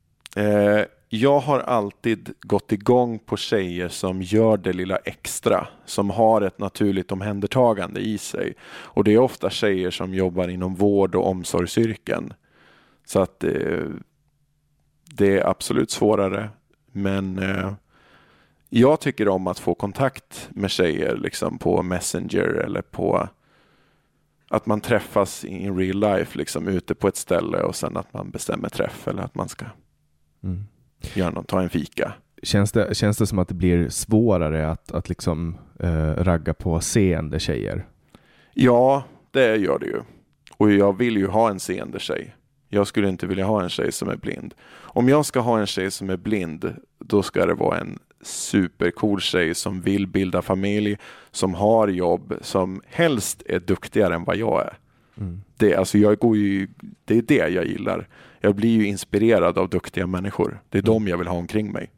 Jag har alltid gått igång på tjejer som gör det lilla extra, som har ett naturligt omhändertagande i sig. Och det är ofta tjejer som jobbar inom vård- och omsorgsyrken. Så att det är absolut svårare. Men jag tycker om att få kontakt med tjejer liksom på Messenger eller på att man träffas in real life liksom ute på ett ställe och sen att man bestämmer träff eller att man ska göra något, ta en fika. Känns det som att det blir svårare att liksom ragga på seende tjejer? Ja, det gör det ju. Och jag vill ju ha en seende tjej. Jag skulle inte vilja ha en tjej som är blind. Om jag ska ha en tjej som är blind, då ska det vara en supercool tjej som vill bilda familj, som har jobb, som helst är duktigare än vad jag är. Det är det jag gillar. Jag blir ju inspirerad av duktiga människor. Det är dem jag vill ha omkring mig.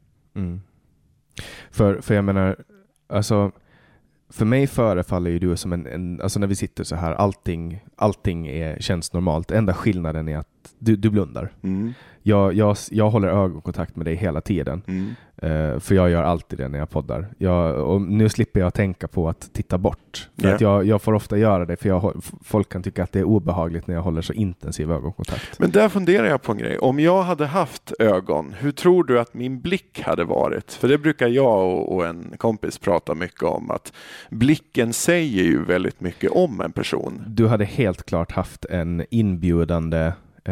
För jag menar, alltså för mig förefaller ju du som alltså när vi sitter så här, allting känns normalt. Enda skillnaden är att du blundar. Jag håller ögonkontakt med dig hela tiden. För jag gör alltid det när jag poddar. Och nu slipper jag tänka på att titta bort. För att jag får ofta göra det, för folk kan tycka att det är obehagligt när jag håller så intensiv ögonkontakt. Men där funderar jag på en grej. Om jag hade haft ögon, hur tror du att min blick hade varit? För det brukar jag och en kompis prata mycket om, att blicken säger ju väldigt mycket om en person. Du hade helt klart haft en inbjudande,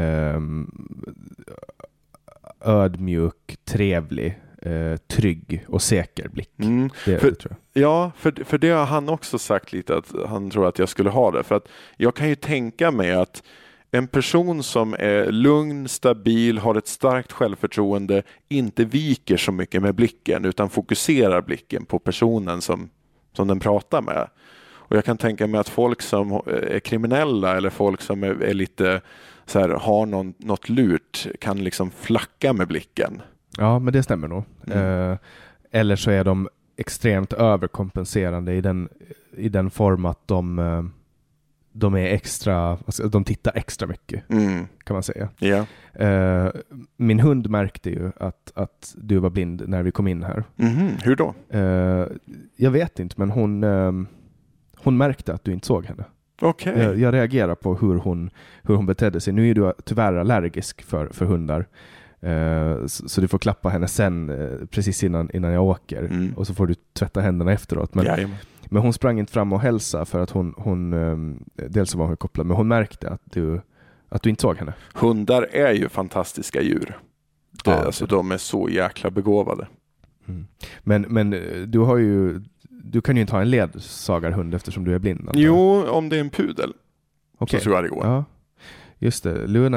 ödmjuk, trevlig, trygg och säker blick. Det tror jag. Ja, för det har han också sagt lite, att han tror att jag skulle ha det. För att jag kan ju tänka mig att en person som är lugn, stabil, har ett starkt självförtroende, inte viker så mycket med blicken utan fokuserar blicken på personen som den pratar med. Och jag kan tänka mig att folk som är kriminella eller folk som är lite så här, har något lurt, kan liksom flacka med blicken. Ja, men det stämmer nog. Eller så är de extremt överkompenserande i den form att de är extra, alltså, de tittar extra mycket, kan man säga. Yeah. Min hund märkte ju att du var blind när vi kom in här. Hur då? Jag vet inte, men hon märkte att du inte såg henne. Okay. Jag reagerar på hur hon betedde sig. Nu är du tyvärr allergisk för hundar. Så du får klappa henne sen, precis innan jag åker. Och så får du tvätta händerna efteråt. Men hon sprang inte fram och hälsa för att hon dels var hon kopplad, men hon märkte att du inte såg henne. Hundar är ju fantastiska djur. Alltså, de är så jäkla begåvade. Men du kan ju inte ha en ledsagarhund eftersom du är blind. Antar. Jo, om det är en pudel. Okay. Så tror jag det går. Ja, just det. Luna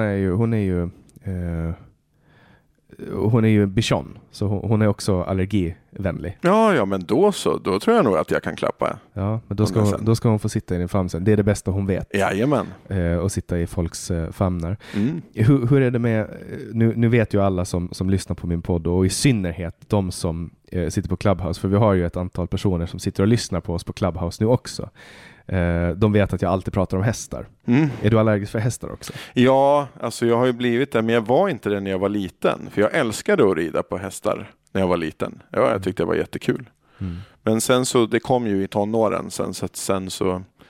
hon är ju bichon, så hon är också allergivänlig. Ja, men då tror jag nog att jag kan klappa. Ja, men då ska hon få sitta i din famn sen. Det är det bästa hon vet. Jajamän. Och sitta i folks famnar. Hur är det med, nu vet ju alla som lyssnar på min podd, och i synnerhet de som sitter på Clubhouse, för vi har ju ett antal personer som sitter och lyssnar på oss på Clubhouse nu också. De vet att jag alltid pratar om hästar. Är du allergisk för hästar också? Ja, alltså jag har ju blivit det, men jag var inte det när jag var liten. För jag älskade att rida på hästar när jag var liten. Ja, jag tyckte det var jättekul. Men sen så, det kom ju i tonåren sen så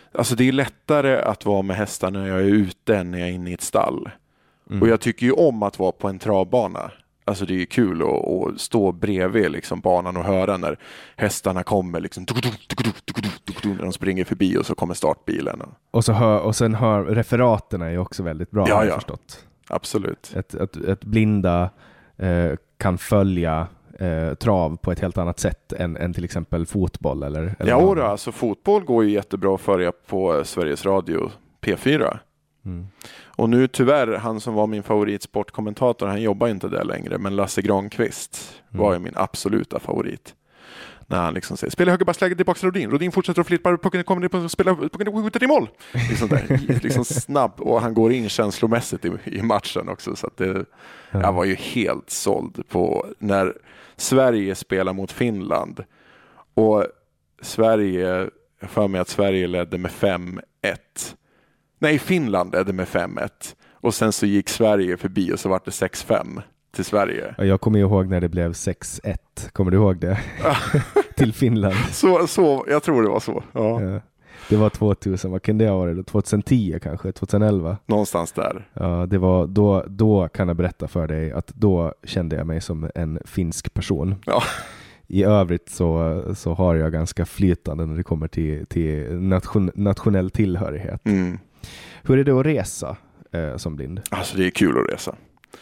Alltså det är lättare att vara med hästar när jag är ute än när jag är inne i ett stall. Och jag tycker ju om att vara på en travbana. Alltså det är kul att stå bredvid liksom banan och höra när hästarna kommer liksom, när de springer förbi och så kommer startbilen. Och sen hör referaterna är ju också väldigt bra, har jag förstått. Absolut. Ett blinda kan följa trav på ett helt annat sätt än till exempel fotboll eller ja då, alltså fotboll går ju jättebra att följa på Sveriges Radio P4. Och nu tyvärr, han som var min favoritsportkommentator, han jobbar inte där längre, men Lasse Granqvist var ju min absoluta favorit. När han liksom säger, spela högerbacksläge tillbaka till Rodin fortsätter att flippa, pucken kommer att spela, pucken skjuter i mål. Liksom snabb, och han går in känslomässigt i matchen också, så att det, jag var ju helt såld på när Sverige spelar mot Finland, och Sverige, jag för mig att Sverige ledde med 5-1. Nej, Finland ledde med 5-1. Och sen så gick Sverige förbi och så var det 6-5 till Sverige. Ja, jag kommer ihåg när det blev 6-1. Kommer du ihåg det? Till Finland. Så, jag tror det var så. Ja. Ja. Det var 2000, vad kan det ha varit? 2010 kanske, 2011. Någonstans där. Ja, det var då kan jag berätta för dig att då kände jag mig som en finsk person. Ja. I övrigt så har jag ganska flytande när det kommer till nationell tillhörighet. Hur är det att resa som blind? Alltså det är kul att resa.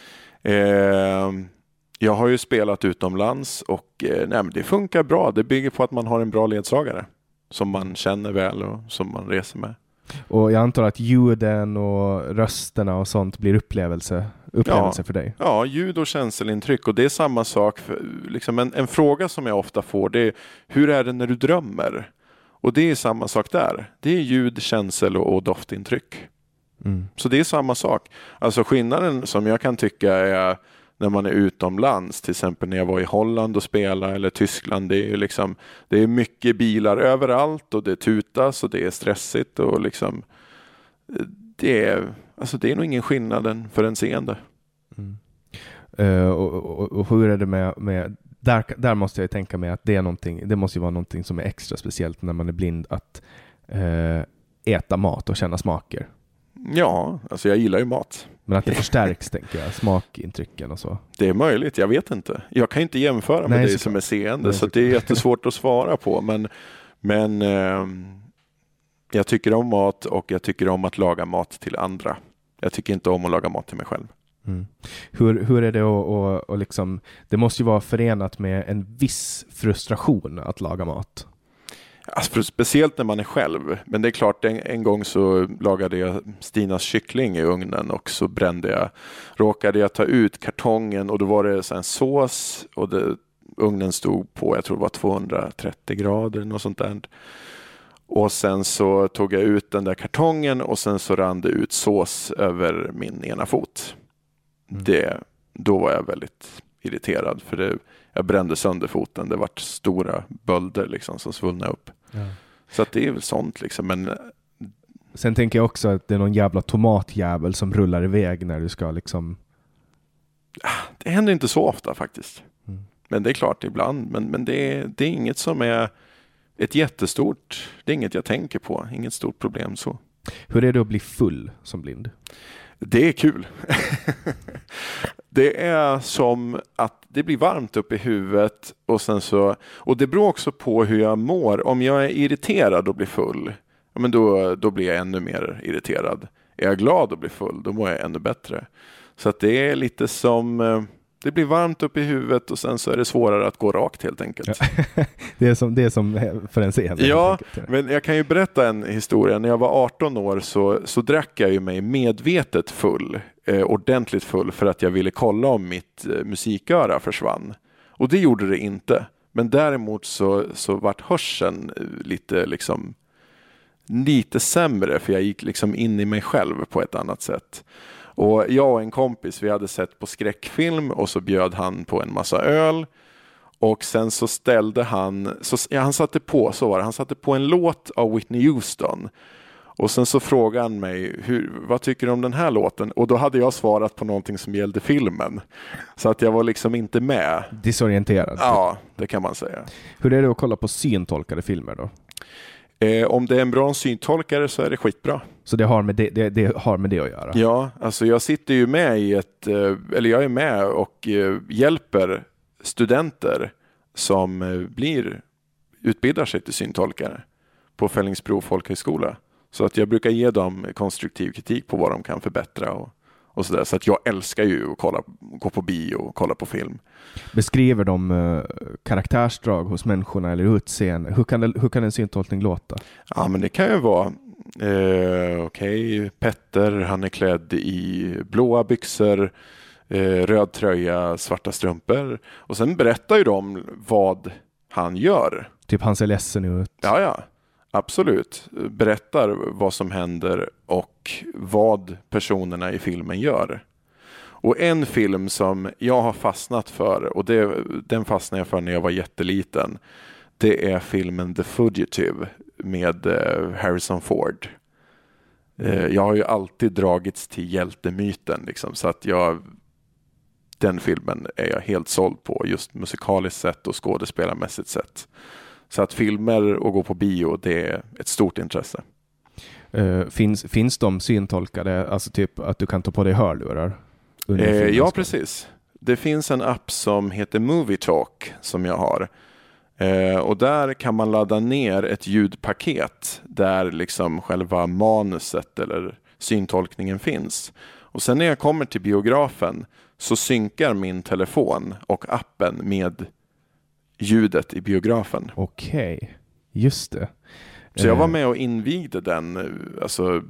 Jag har ju spelat utomlands och men det funkar bra. Det bygger på att man har en bra ledsagare som man känner väl och som man reser med. Och jag antar att ljuden och rösterna och sånt blir upplevelse för dig. Ja, ljud och känselintryck, och det är samma sak. Liksom en fråga som jag ofta får, det är hur är det när du drömmer? Och det är samma sak där. Det är ljud, känsel och doftintryck. Så det är samma sak. Alltså skillnaden som jag kan tycka är när man är utomlands, till exempel när jag var i Holland och spelade, eller Tyskland, det är ju liksom, det är mycket bilar överallt och det tutas och det är stressigt och liksom det är nog ingen skillnad för en seende. Och hur är det med där måste jag tänka mig att det måste ju vara någonting som är extra speciellt när man är blind, att äta mat och känna smaker. Ja, alltså jag gillar ju mat. Men att det förstärks, tänker jag, smakintrycken och så. Det är möjligt, jag vet inte. Jag kan inte jämföra med dig som är seende, så det är jättesvårt att svara på. Men jag tycker om mat, och jag tycker om att laga mat till andra. Jag tycker inte om att laga mat till mig själv. Hur är det och liksom, det måste ju vara förenat med en viss frustration att laga mat. Alltså speciellt när man är själv. Men det är klart, en gång så lagade jag Stinas kyckling i ugnen och så råkade jag ta ut kartongen, och då var det så en sås, och ugnen stod på, jag tror det var 230 grader, något sånt där. Och sen så tog jag ut den där kartongen, och sen så rann det ut sås över min ena fot. Då var jag väldigt irriterad, för jag brände sönder foten. Det vart stora bölder liksom som svullnade upp. Ja. Så att det är väl sånt liksom. Men sen tänker jag också att det är någon jävla tomatjävel som rullar iväg när du ska liksom... Det händer inte så ofta faktiskt. Men det är klart ibland. Men det är inget som är ett jättestort... Det är inget jag tänker på. Inget stort problem så. Hur är det att bli full som blind? Det är kul. Det är som att det blir varmt upp i huvudet, och det beror också på hur jag mår. Om jag är irriterad och blir full, men då blir jag ännu mer irriterad. Är jag glad och blir full, då mår jag ännu bättre. Så att det är lite som... Det blir varmt upp i huvudet, och sen så är det svårare att gå rakt helt enkelt. Det är som för en scen. Ja, men jag kan ju berätta en historia. När jag var 18 år så drack jag ju mig medvetet full, ordentligt full, för att jag ville kolla om mitt musiköra försvann. Och det gjorde det inte. Men däremot så vart hörseln lite sämre, för jag gick liksom in i mig själv på ett annat sätt. Och jag och en kompis, vi hade sett på skräckfilm, och så bjöd han på en massa öl, och sen så ställde han satte på en låt av Whitney Houston, och sen så frågade han mig vad tycker du om den här låten, och då hade jag svarat på någonting som gällde filmen, så att jag var liksom inte med. Disorienterad. Ja, det kan man säga. Hur är det att kolla på syntolkade filmer då? Om det är en bra syntolkare så är det skitbra. Så det har med det har med det att göra? Ja, alltså jag sitter ju med jag är med och hjälper studenter som utbildar sig till syntolkare på Fellingsbro folkhögskola. Så att jag brukar ge dem konstruktiv kritik på vad de kan förbättra och sådär. Så att jag älskar ju att gå på bio och kolla på film. Beskriver de karaktärsdrag hos människorna eller utseende? Hur kan en syntolkning låta? Ja, men det kan ju vara Petter, han är klädd i blåa byxor, röd tröja, svarta strumpor. Och sen berättar ju de vad han gör. Typ han ser ledsen ut. Ja. Absolut. Berättar vad som händer och vad personerna i filmen gör. Och en film som jag har fastnat för, och den fastnade jag för när jag var jätteliten, det är filmen The Fugitive med Harrison Ford. Jag har ju alltid dragits till hjältemyten liksom, så att den filmen är jag helt såld på, just musikaliskt sett och skådespelarmässigt sett. Så att filmer och gå på bio, det är ett stort intresse. Finns de syntolkade, alltså typ att du kan ta på dig hörlurar? Ja, precis. Det finns en app som heter Movie Talk som jag har. Och där kan man ladda ner ett ljudpaket där liksom själva manuset eller syntolkningen finns. Och sen när jag kommer till biografen så synkar min telefon och appen med ljudet i biografen. Okej, just det. Så jag var med och invigde alltså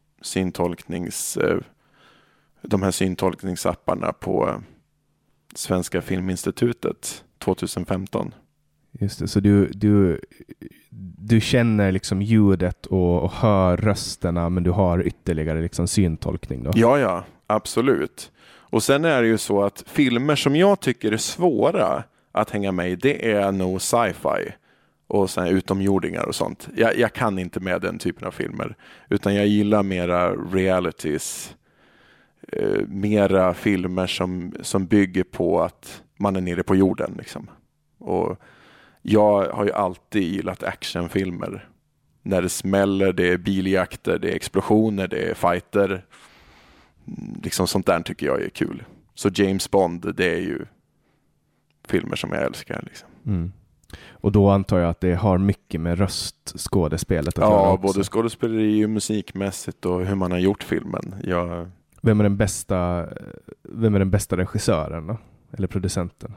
de här syntolkningsapparna på Svenska Filminstitutet 2015. Just det, så du känner liksom ljudet och hör rösterna, men du har ytterligare liksom syntolkning då? Ja, absolut. Och sen är det ju så att filmer som jag tycker är svåra att hänga med i, det är nog sci-fi och sen utomjordingar och sånt. Jag kan inte med den typen av filmer, utan jag gillar mera realities, mera filmer som bygger på att man är nere på jorden liksom. Och jag har ju alltid gillat actionfilmer. När det smäller, det är biljakter, det är explosioner, det är fighter. Liksom sånt där tycker jag är kul. Så James Bond, det är ju filmer som jag älskar liksom. Mm. Och då antar jag att det har mycket med röstskådespelet att göra också. Både skådespeleri och musikmässigt och hur man har gjort filmen. Vem är den bästa regissören då? Eller producenten?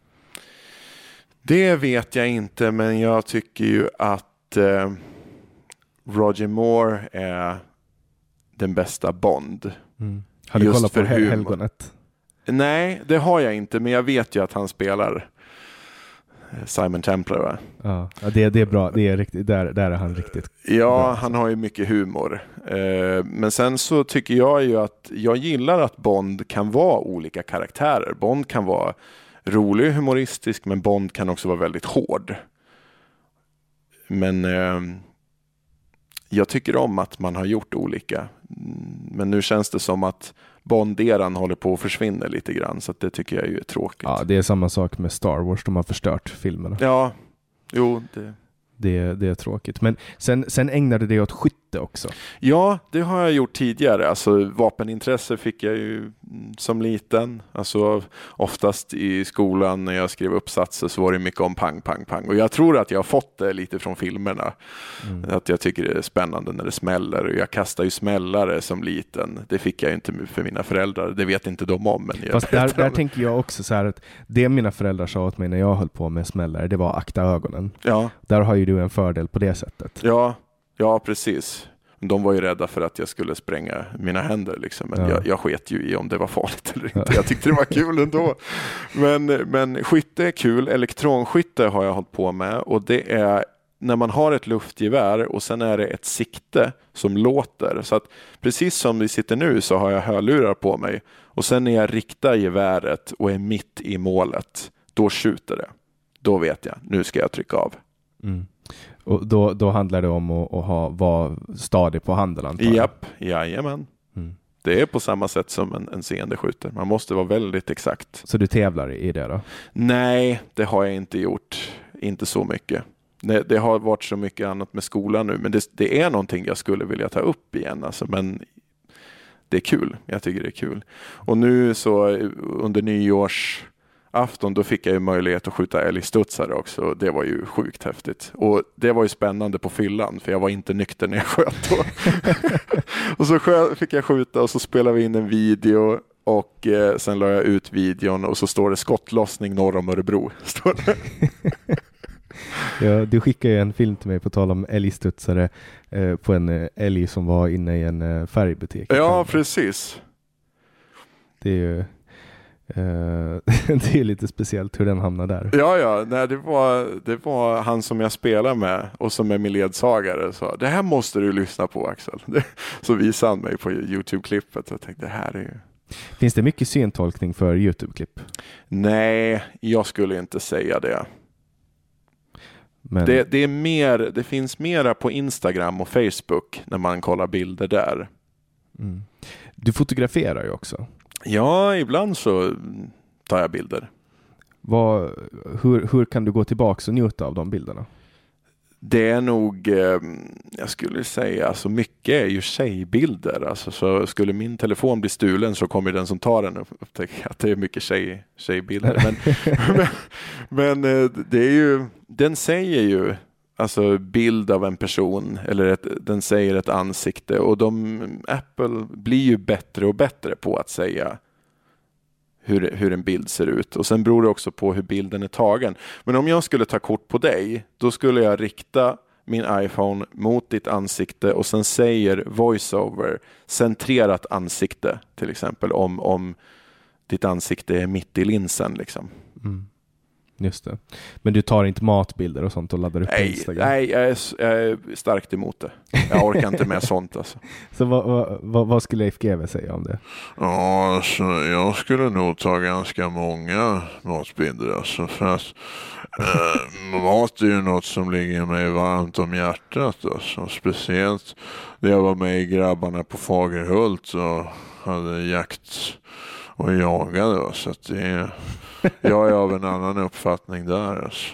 Det vet jag inte, men jag tycker ju att Roger Moore är den bästa Bond. Mm. Har du kollat på Helgonet? Nej, det har jag inte, men jag vet ju att han spelar Simon Templar, va? Ja, det är bra. Det är riktigt, där är han riktigt. Ja, bra. Han har ju mycket humor. Men sen så tycker jag ju att jag gillar att Bond kan vara olika karaktärer. Bond kan vara rolig, humoristisk, men Bond kan också vara väldigt hård. Men jag tycker om att man har gjort olika. Men nu känns det som att Bond-eran håller på att försvinna lite grann, så att det tycker jag är ju tråkigt. Ja, det är samma sak med Star Wars, de har förstört filmerna. Ja, jo, det är tråkigt. Men sen ägnade det åt skytte också. Ja, det har jag gjort tidigare. Alltså vapenintresse fick jag ju som liten. Alltså oftast i skolan när jag skrev uppsatser så var det mycket om pang, pang, pang. Och jag tror att jag har fått det lite från filmerna. Att jag tycker det är spännande när det smäller. Och jag kastar ju smällare som liten. Det fick jag ju inte för mina föräldrar. Det vet inte de om. Men fast där tänker jag också så här att det mina föräldrar sa åt mig när jag höll på med smällare, det var akta ögonen. Ja. Där har ju du en fördel på det sättet. Ja, precis. De var ju rädda för att jag skulle spränga mina händer liksom. Men jag sket ju i om det var farligt eller inte. Jag tyckte det var kul ändå. Men skytte är kul. Elektronskytte har jag hållit på med. Och det är när man har ett luftgevär och sen är det ett sikte som låter. Så att precis som vi sitter nu så har jag hörlurar på mig. Och sen när jag riktar geväret och är mitt i målet, då skjuter det. Då vet jag, nu ska jag trycka av. Mm. Och då handlar det om att vara stadig på handen, antar jag. Japp, jajamän. Det är på samma sätt som en seende skjuter. Man måste vara väldigt exakt. Så du tävlar i det då? Nej, det har jag inte gjort. Inte så mycket. Det har varit så mycket annat med skolan nu, men det är någonting jag skulle vilja ta upp igen. Alltså, men det är kul. Jag tycker det är kul. Och nu så under nyårsafton då fick jag ju möjlighet att skjuta älgstudsare också. Det var ju sjukt häftigt. Och det var ju spännande på fyllan för jag var inte nykter när jag sköt då. Och så fick jag skjuta och så spelade vi in en video och sen la jag ut videon och så står det skottlossning norr om Örebro. Står det. Ja, du skickade ju en film till mig på tal om älgstudsare på en älg som var inne i en färgbutik. Ja, precis. Det är ju det är lite speciellt hur den hamnar där. Ja, nej, det var han som jag spelar med och som är min ledsagare. Så, det här måste du lyssna på, Axel. Så visade han mig på YouTube-klippet och jag tänkte, det här är ju... Finns det mycket syntolkning för YouTube-klipp? Nej, jag skulle inte säga det. Men... Det är mer, det finns mera på Instagram och Facebook när man kollar bilder där. Mm. Du fotograferar ju också. Ja, ibland så tar jag bilder. Hur kan du gå tillbaka och njuta av de bilderna? Det är nog, jag skulle säga, alltså mycket är ju tjejbilder. Alltså, så skulle min telefon bli stulen så kommer den som tar den och upptäcker att det är mycket tjejbilder. men det är ju, den säger ju alltså bild av en person eller den säger ett ansikte och Apple blir ju bättre och bättre på att säga hur en bild ser ut. Och sen beror det också på hur bilden är tagen. Men om jag skulle ta kort på dig, då skulle jag rikta min iPhone mot ditt ansikte och sen säger voiceover centrerat ansikte till exempel om ditt ansikte är mitt i linsen liksom. Mm. Just det. Men du tar inte matbilder och sånt och laddar upp på Instagram? Nej, jag är starkt emot det. Jag orkar inte med sånt alltså. Så vad skulle Leif GW säga om det? Ja, alltså, jag skulle nog ta ganska många matbilder alltså, för att mat är ju något som ligger mig varmt om hjärtat alltså. Speciellt när jag var med i grabbarna på Fagerhult och hade jakt och jagade så att jag är av en annan uppfattning där alltså.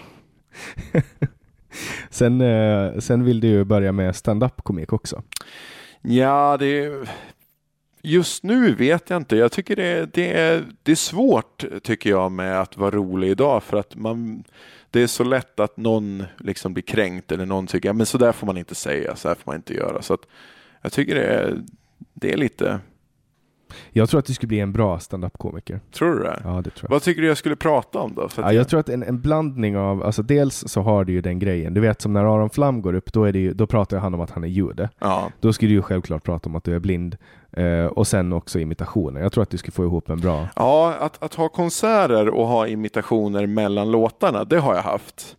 Sen vill du ju börja med stand-up-komik också. Ja, just nu vet jag inte. Jag tycker det är svårt tycker jag med att vara rolig idag för att det är så lätt att någon liksom blir kränkt eller någon tycker men så där får man inte säga, så här får man inte göra. Så att jag tycker det är lite... Jag tror att du skulle bli en bra stand-up-komiker. Tror du det? Ja, det tror jag. Vad tycker du jag skulle prata om då? För jag tror att en blandning av, alltså dels så har du ju den grejen. Du vet som när Aron Flam går upp, då pratar han om att han är jude. Ja. Då skulle du ju självklart prata om att du är blind. Och sen också imitationer. Jag tror att du skulle få ihop en bra... Ja, att ha konserter och ha imitationer mellan låtarna, det har jag haft.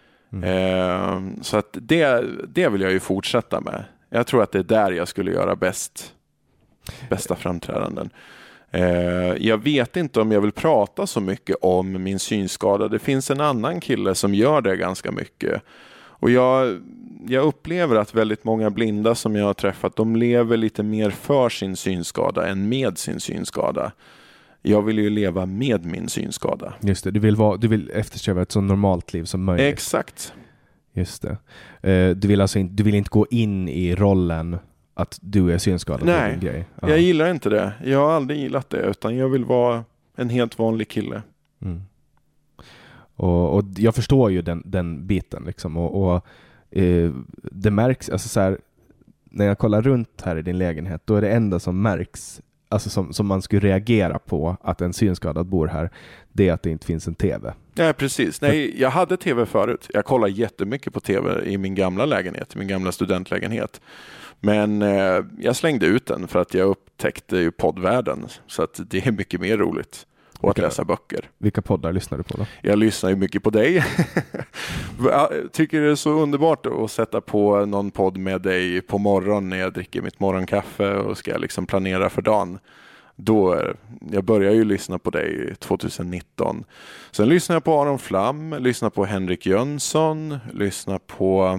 Så att det vill jag ju fortsätta med. Jag tror att det är där jag skulle göra bästa framträdanden. Jag vet inte om jag vill prata så mycket om min synskada. Det finns en annan kille som gör det ganska mycket. Och jag upplever att väldigt många blinda som jag har träffat, de lever lite mer för sin synskada än med sin synskada. Jag vill ju leva med min synskada. Just det, du vill eftersträva ett så normalt liv som möjligt. Exakt. Just det. Du vill inte gå in i rollen att du är synskadad. Nej, din grej. Ja. Jag gillar inte det. Jag har aldrig gillat det, utan jag vill vara en helt vanlig kille. Mm. Och jag förstår ju den biten liksom. Och det märks, alltså så här, när jag kollar runt här i din lägenhet, då är det enda som märks, alltså som man skulle reagera på att en synskadad bor här, det är att det inte finns en tv. Ja, precis. Nej, jag hade tv förut. Jag kollar jättemycket på tv i min gamla lägenhet, min gamla studentlägenhet. Men jag slängde ut den för att jag upptäckte ju poddvärlden. Så att det är mycket mer roligt. Och att läsa böcker. Vilka poddar lyssnar du på då? Jag lyssnar ju mycket på dig. Jag tycker det är så underbart att sätta på någon podd med dig på morgonen när jag dricker mitt morgonkaffe och ska liksom planera för dagen. Jag börjar ju lyssna på dig 2019. Sen lyssnar jag på Aron Flam, lyssnar på Henrik Jönsson, lyssnar på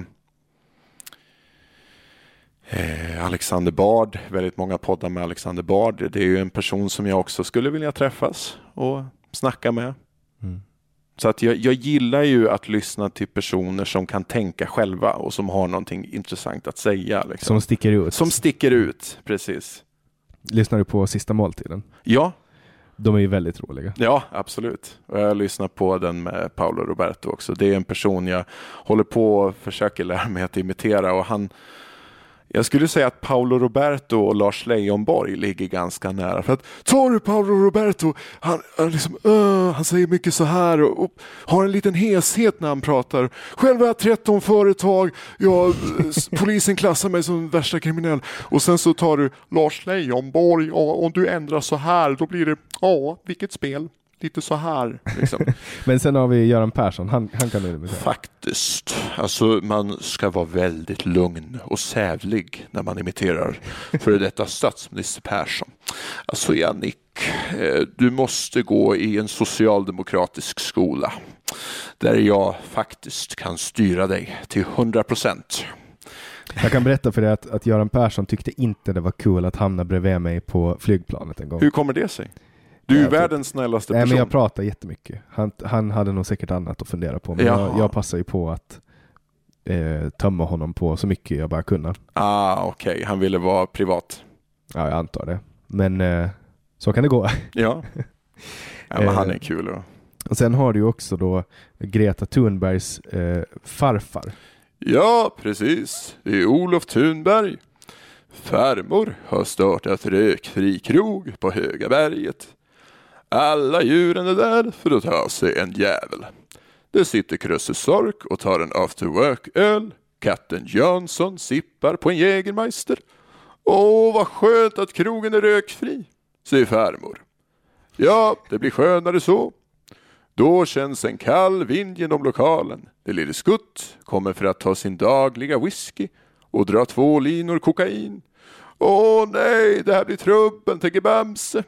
Alexander Bard, väldigt många poddar med Alexander Bard. Det är ju en person som jag också skulle vilja träffas och snacka med. Så att jag gillar ju att lyssna till personer som kan tänka själva och som har någonting intressant att säga. Liksom. Som sticker ut. Som sticker ut, precis. Lyssnar du på Sista måltiden? Ja. De är ju väldigt roliga. Ja, absolut. Och jag lyssnar på den med Paolo Roberto också. Det är en person jag håller på och försöker lära mig att imitera. Och jag skulle säga att Paolo Roberto och Lars Leijonborg ligger ganska nära. För att, tar du Paolo Roberto, han säger mycket så här och har en liten heshet när han pratar. Själv har jag 13 företag, polisen klassar mig som värsta kriminell. Och sen så tar du Lars Leijonborg, och om du ändrar så här, då blir det, vilket spel. Lite så här. Liksom. Men sen har vi Göran Persson. Han kan du imitera. Faktiskt. Alltså man ska vara väldigt lugn och sävlig när man imiterar före detta statsminister Persson. Alltså Jannik, du måste gå i en socialdemokratisk skola där jag faktiskt kan styra dig till 100%. Jag kan berätta för dig att Göran Persson tyckte inte det var kul att hamna bredvid mig på flygplanet en gång. Hur kommer det sig? Du är ju världens snällaste person. Nej, men jag pratar jättemycket. Han hade nog säkert annat att fundera på. Men jag passar ju på att tömma honom på så mycket jag bara kunde. Okej. Han ville vara privat. Ja, jag antar det. Men så kan det gå. Ja. Men han är kul. Och sen har du ju också då Greta Thunbergs farfar. Ja, precis. Det är Olof Thunberg. Farmor har startat rökfri krog på Högaberget. Alla djuren är där för att ta sig en jävel. Det sitter Krösse Sork och tar en afterwork-öl. Katten Jönsson sippar på en Jägermeister. Åh, vad skönt att krogen är rökfri, säger farmor. Ja, det blir skönare så. Då känns en kall vind genom lokalen. Det lille Skutt kommer för att ta sin dagliga whisky och dra 2 linor kokain. Åh nej, det här blir trubben, tänker Bamse.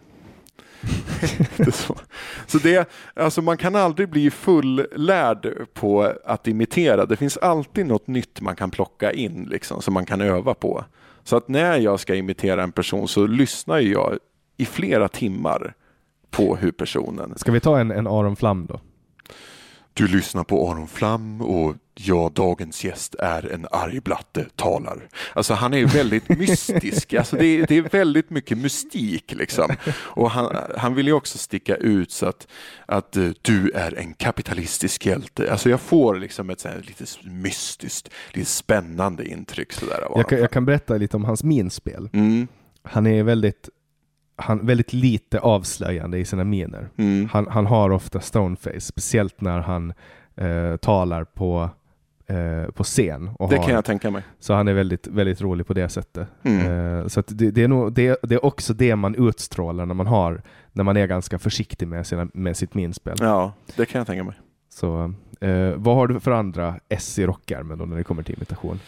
Så det, alltså man kan aldrig bli fullärd på att imitera. Det finns alltid något nytt man kan plocka in liksom, som man kan öva på. Så att när jag ska imitera en person så lyssnar jag i flera timmar på hur personen... Ska vi ta en Aron Flam då? Du lyssnar på Aron Flam och dagens gäst är en argblatte talar. Alltså han är väldigt mystisk. Alltså det är väldigt mycket mystik liksom. Och han vill ju också sticka ut så att du är en kapitalistisk hjälte. Alltså jag får liksom ett så här lite mystiskt, lite spännande intryck sådär. Jag kan berätta lite om hans minspel. Han är väldigt lite avslöjande i sina miner. Han har ofta stoneface, speciellt när han talar på scen. Och det kan jag tänka mig. Så han är väldigt, väldigt rolig på det sättet. Så att det är också det man utstrålar när man är ganska försiktig med sitt minspel. Ja, det kan jag tänka mig. Så vad har du för andra S i rockärmen då när det kommer till imitation?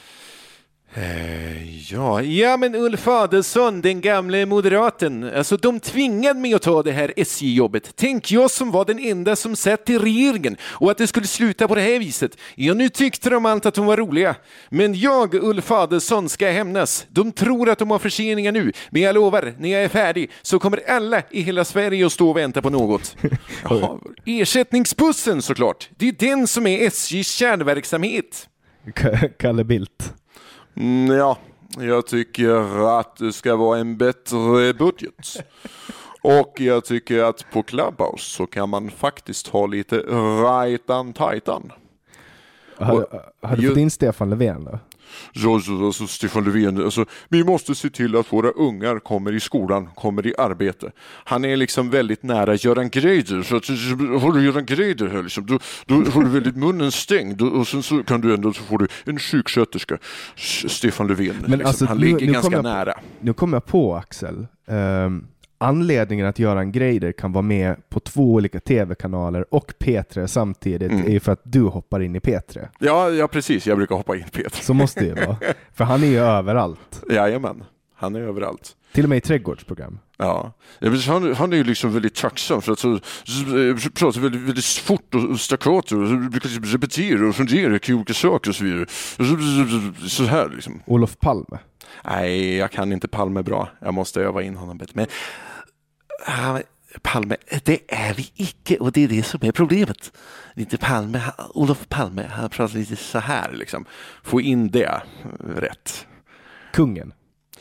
Ja, men Ulf Adelsohn, den gamle moderaten, alltså de tvingade mig att ta det här SJ-jobbet. Tänk, jag som var den enda som satt i regeringen och att det skulle sluta på det här viset. Ja, nu tyckte de allt att de var roliga. Men jag, Ulf Adelsohn, ska hämnas. De tror att de har förseningar nu, men jag lovar, när jag är färdig så kommer alla i hela Sverige att stå och vänta på något. Jaha, ersättningsbussen såklart. Det är den som är SJs kärnverksamhet. Kalle Bildt. Ja, jag tycker att det ska vara en bättre budget. Och jag tycker att på Clubhouse så kan man faktiskt ha lite right-on-tight-on. Har du fått in Stefan Löfven då? Alltså, Stefan Löfven, alltså, vi måste se till att våra ungar kommer i skolan, kommer i arbete. Han är liksom väldigt nära Göran Greider, så att har du Göran Greider här liksom, då har du väldigt munnen stängd och sen så kan du ändå så får du en sjuksköterska, Stefan Löfven. Men liksom. alltså, Han ligger ganska nära. Nu kommer jag på, Axel. Anledningen att Göran Greider kan vara med på 2 olika tv-kanaler och P3 samtidigt är ju för att du hoppar in i P3. Ja, precis. Jag brukar hoppa in i P3. Så måste det ju vara. För han är ju överallt. Jajamän, han är överallt. Till och med i trädgårdsprogram. Ja, han är ju liksom väldigt tacksam för att så pratar väldigt, väldigt fort och staccato och brukar repetera och fundera kring olika saker och så vidare. Så här liksom. Olof Palme. Nej, jag kan inte Palme bra. Jag måste öva in honom bättre. Men Palme, det är vi icke, och det är det som är problemet. Inte Palme, Olof Palme, han pratar lite så här liksom. Få in det rätt. Kungen.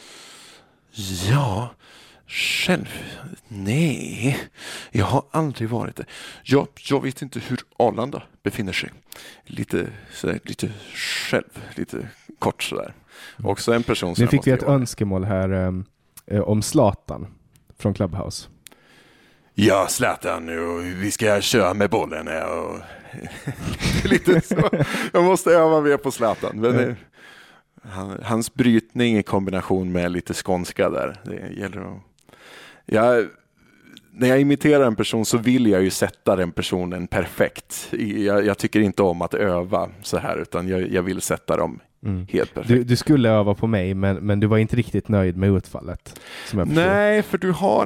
Ja, själv. Nej, jag har aldrig varit det. Jag vet inte hur Arlanda befinner sig. Lite själv, lite kort sådär. Också en person som Nu fick vi ett önskemål här om Zlatan från Clubhouse. Ja, Zlatan, och vi ska köra med bollen och lite så. Jag måste öva mer på Zlatan. Men hans brytning i kombination med lite skånska där, det gäller att... När jag imiterar en person så vill jag ju sätta den personen perfekt. Jag tycker inte om att öva så här, utan jag vill sätta dem helt perfekt. Du skulle öva på mig, men du var inte riktigt nöjd med utfallet. Som jag förstår. Nej, för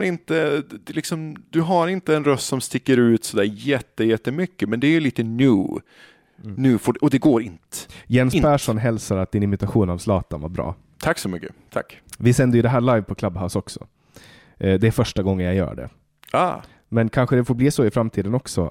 du har inte en röst som sticker ut så där jättemycket, men det är ju lite nu och det går inte. Jens Persson hälsar att din imitation av Zlatan var bra. Tack så mycket, tack. Vi sänder ju det här live på Clubhouse också. Det är första gången jag gör det. Men kanske det får bli så i framtiden också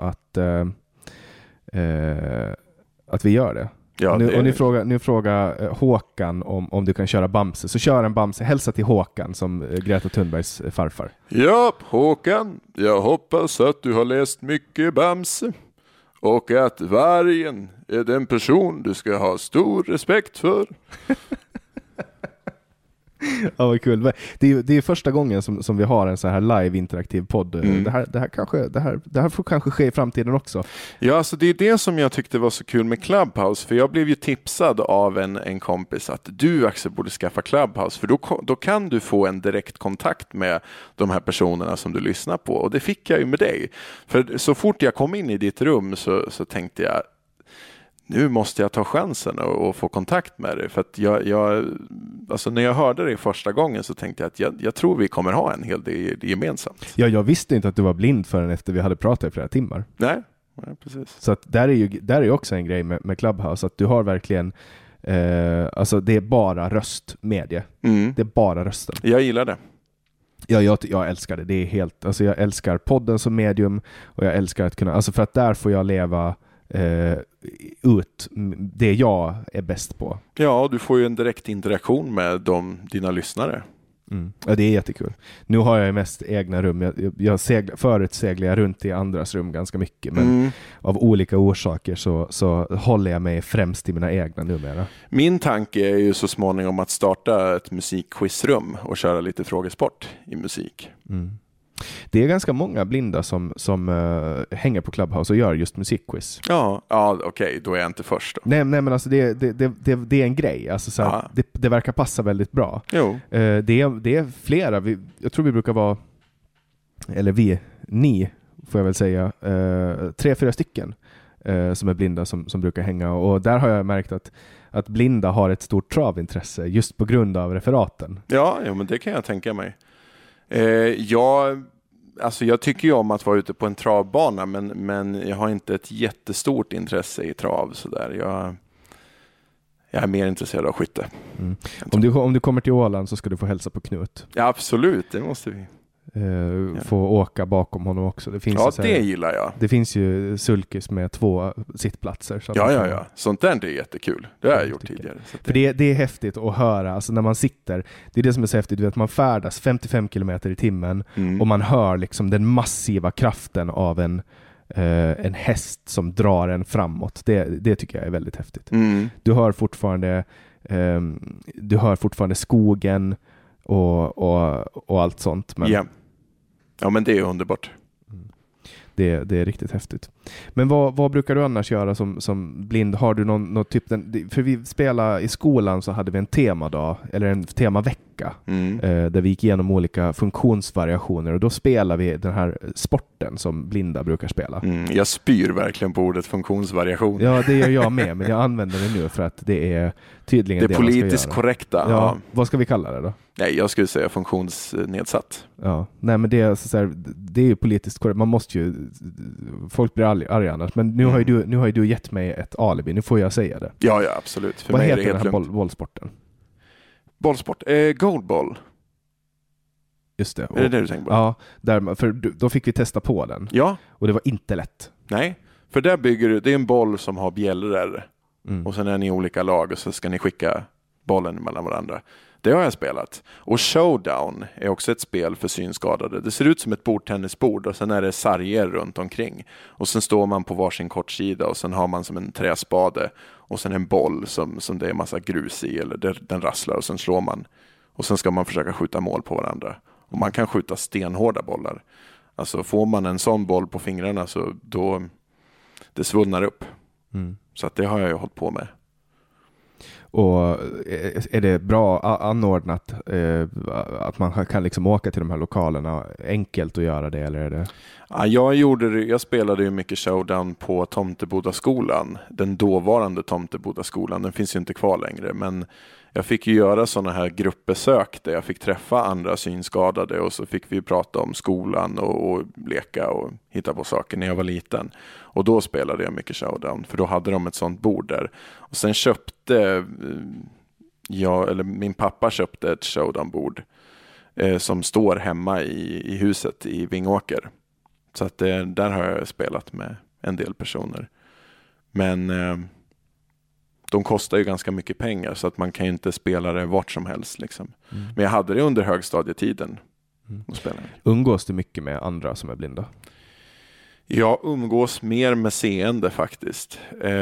att vi gör det. Ja, nu frågar Håkan om du kan köra Bamse. Så kör en Bamse. Hälsa till Håkan som Greta Thunbergs farfar. Ja, Håkan. Jag hoppas att du har läst mycket Bamse. Och att vargen är den person du ska ha stor respekt för. Ja, vad kul. Det är första gången som vi har en så här live interaktiv podd. Det här får kanske ske i framtiden också. Ja, alltså det är det som jag tyckte var så kul med Clubhouse. För jag blev ju tipsad av en kompis att du, Axel, borde skaffa Clubhouse. För då kan du få en direkt kontakt med de här personerna som du lyssnar på. Och det fick jag ju med dig. För så fort jag kom in i ditt rum så tänkte jag, nu måste jag ta chansen och få kontakt med dig. För att alltså när jag hörde det första gången så tänkte jag att jag tror vi kommer ha en hel del gemensamt. Ja, jag visste inte att du var blind förrän efter vi hade pratat i flera timmar. Nej, precis. Så att där är ju också en grej med Clubhouse, att du har verkligen alltså det är bara röstmedie. Det är bara rösten. Jag gillar det. Ja, jag älskar det. Det är helt, alltså jag älskar podden som medium, och jag älskar att kunna, alltså för att där får jag leva ut det jag är bäst på. Ja, du får ju en direkt interaktion med dina lyssnare. Ja, det är jättekul. Nu har jag mest egna rum. Förut seglade jag runt i andras rum ganska mycket, men av olika orsaker så håller jag mig främst i mina egna numera. Min tanke är ju så småningom att starta ett musikquizrum och köra lite frågesport i musik. Det är ganska många blinda som hänger på Clubhouse och gör just musikquiz. Ja, okej, då är jag inte först då. Nej, men alltså det är en grej. Alltså så här, det verkar passa väldigt bra. Jo. Det är flera. Jag tror vi brukar vara, eller ni får jag väl säga, 3-4 stycken som är blinda som brukar hänga. Och där har jag märkt att blinda har ett stort travintresse just på grund av referaten. Ja, men det kan jag tänka mig. Jag tycker ju om att vara ute på en travbana, men jag har inte ett jättestort intresse i trav så där. Jag är mer intresserad av skytte. Om du kommer till Åland så ska du få hälsa på Knut. Ja, absolut, det måste vi. Få åka bakom honom också. Det finns det gillar jag. Det finns ju sulkis med 2 sittplatser. Så ja. Sånt där är jättekul. Det har jag gjort tidigare. För det är häftigt att höra. Alltså när man sitter, det är det som är så häftigt. Du vet, man färdas 55 kilometer i timmen och man hör liksom den massiva kraften av en häst som drar en framåt. Det tycker jag är väldigt häftigt. Du hör fortfarande skogen och allt sånt. Men Ja, men det är underbart. Det är riktigt häftigt. Men vad brukar du annars göra som blind? Har du någon typ... För vi spelade i skolan så hade vi en temadag, eller en temavecka, där vi gick igenom olika funktionsvariationer, och då spelar vi den här sporten som blinda brukar spela. Jag spyr verkligen på ordet funktionsvariation. Ja, det gör jag med, men jag använder det nu för att det är tydligen det politiskt korrekta. Ja. Vad ska vi kalla det då? Nej, jag skulle säga funktionsnedsatt. Ja, nej, men det är ju politiskt korrekt. Man måste ju, folk blir arga annars. Men nu har ju du gett mig ett alibi. Nu får jag säga det. Ja, absolut. För vad mig heter är det den här bollsporten? Bollsport? Goalball. Just det. Är det du tänker på? Ja, för då fick vi testa på den. Ja. Och det var inte lätt. Nej, för där bygger du, det är en boll som har bjällror. Mm. Och sen är ni i olika lag och så ska ni skicka bollen mellan varandra. Det har jag spelat. Och Showdown är också ett spel för synskadade. Det ser ut som ett bordtennisbord och sen är det sarger runt omkring. Och sen står man på varsin kortsida och sen har man som en träspade och sen en boll som det är massa grus i eller den rasslar och sen slår man. Och sen ska man försöka skjuta mål på varandra. Och man kan skjuta stenhårda bollar. Alltså får man en sån boll på fingrarna så då det svullnar upp. Mm. Så att det har jag ju hållit på med. Och är det bra anordnat att man kan liksom åka till de här lokalerna enkelt att göra det, eller är det? Ja, jag spelade ju mycket Showdown på Tomtebodaskolan. Den dåvarande Tomtebodaskolan, den finns ju inte kvar längre, men jag fick ju göra sådana här gruppbesök där jag fick träffa andra synskadade och så fick vi prata om skolan och leka och hitta på saker när jag var liten. Och då spelade jag mycket Showdown, för då hade de ett sånt bord där. Och sen köpte min pappa köpte ett Showdown-bord som står hemma i huset i Vingåker. Så att där har jag spelat med en del personer. Men de kostar ju ganska mycket pengar så att man kan ju inte spela det vart som helst. Liksom. Mm. Men jag hade det under högstadietiden. Umgås du mycket med andra som är blinda? Jag umgås mer med seende faktiskt.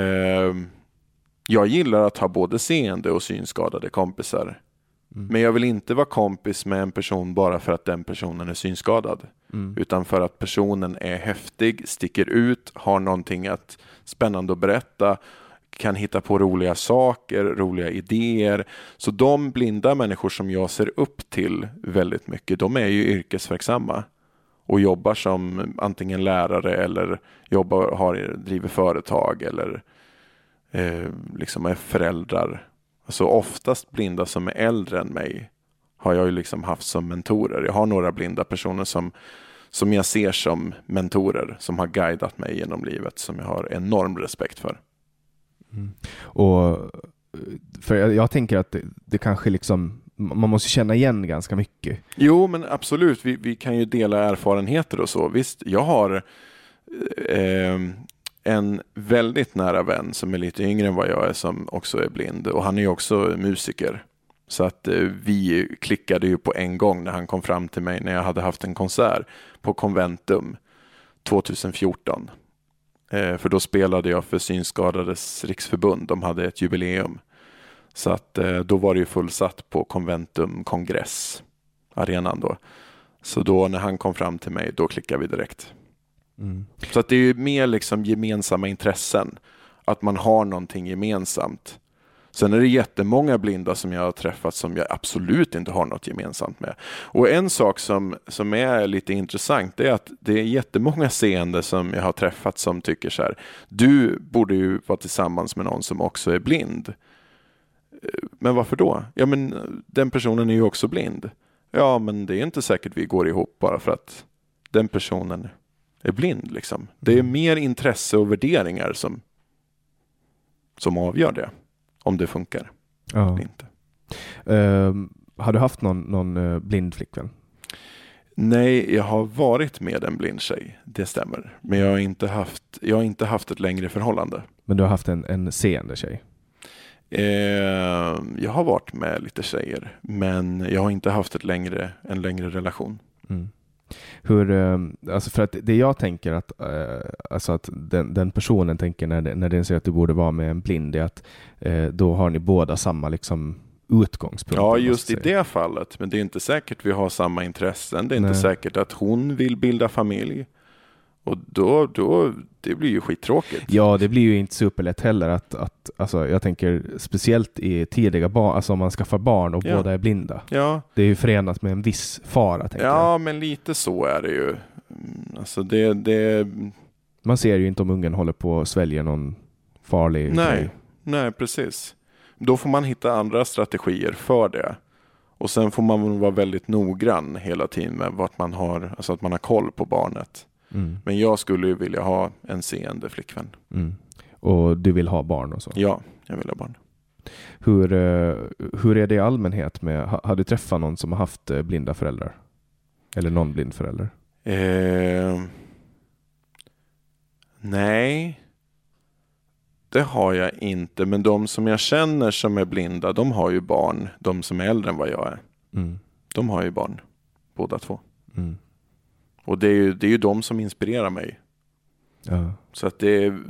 Jag gillar att ha både seende och synskadade kompisar. Mm. Men jag vill inte vara kompis med en person bara för att den personen är synskadad. Mm. Utan för att personen är häftig, sticker ut, har någonting spännande att berätta, kan hitta på roliga saker, roliga idéer. Så de blinda människor som jag ser upp till väldigt mycket, de är ju yrkesverksamma och jobbar som antingen lärare eller driver företag eller liksom är föräldrar. Alltså oftast blinda som är äldre än mig har jag ju liksom haft som mentorer. Jag har några blinda personer som jag ser som mentorer, som har guidat mig genom livet, som jag har enorm respekt för. Mm. Och för jag tänker att det kanske liksom, man måste känna igen ganska mycket. Jo, men absolut. Vi kan ju dela erfarenheter och så. Visst, jag har en väldigt nära vän som är lite yngre än vad jag är, som också är blind. Och han är ju också musiker. Så att vi klickade ju på en gång när han kom fram till mig när jag hade haft en konsert på Conventum 2014. För då spelade jag för Synskadades riksförbund. De hade ett jubileum. Så att då var det ju fullsatt på Conventum kongress arenan då. Så då när han kom fram till mig, då klickade vi direkt. Mm. Så att det är ju mer liksom gemensamma intressen. Att man har någonting gemensamt. Sen är det jättemånga blinda som jag har träffat som jag absolut inte har något gemensamt med. Och en sak som är lite intressant är att det är jättemånga seende som jag har träffat som tycker så här: du borde ju vara tillsammans med någon som också är blind. Men varför då? Ja, men den personen är ju också blind. Ja, men det är inte säkert vi går ihop bara för att den personen är blind liksom. Det är mer intresse och värderingar som avgör det. Om det funkar. Ja. Eller inte. Har du haft någon blind flickvän? Nej, jag har varit med en blind tjej. Det stämmer. Men jag har inte haft ett längre förhållande. Men du har haft en seende tjej? Jag har varit med lite tjejer. Men jag har inte haft en längre relation. Mm. Alltså för att det jag tänker att den personen tänker när den säger att du borde vara med en blind, är att då har ni båda samma liksom utgångspunkt. Ja, just i det fallet. Men det är inte säkert vi har samma intressen. Det är inte säkert att hon vill bilda familj. Och då det blir ju skittråkigt. Ja, det blir ju inte superlätt heller att alltså, jag tänker speciellt i tidiga barn, alltså om man skaffar barn och båda är blinda. Ja. Det är ju förenat med en viss fara, tänker jag. Ja, men lite så är det ju. Alltså det... Man ser ju inte om ungen håller på att svälja någon farlig grej. Nej, precis. Då får man hitta andra strategier för det. Och sen får man vara väldigt noggrann hela tiden med vart man har, alltså att man har koll på barnet. Mm. Men jag skulle ju vilja ha en seende flickvän. Mm. Och du vill ha barn och så? Ja, jag vill ha barn. Hur är det i allmänhet med, har du träffat någon som har haft blinda föräldrar? Eller någon blind förälder? Nej, det har jag inte. Men de som jag känner som är blinda, de har ju barn. De som är äldre än vad jag är. De har ju barn, båda två. Och det är ju de som inspirerar mig. Ja. Så att det är,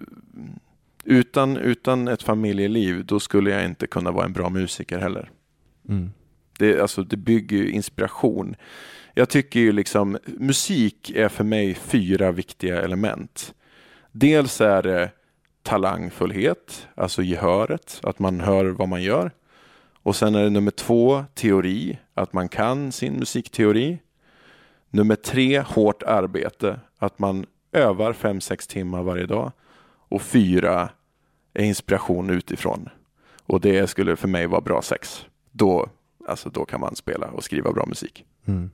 utan ett familjeliv, då skulle jag inte kunna vara en bra musiker heller. Det bygger ju inspiration. Jag tycker ju liksom, musik är för mig 4 viktiga element. Dels är det talangfullhet, alltså gehöret, att man hör vad man gör. Och sen är det nummer 2, teori, att man kan sin musikteori. Nummer 3, hårt arbete, att man övar 5-6 timmar varje dag. Och 4 är inspiration utifrån. Och det skulle för mig vara bra 6. Då kan man spela och skriva bra musik.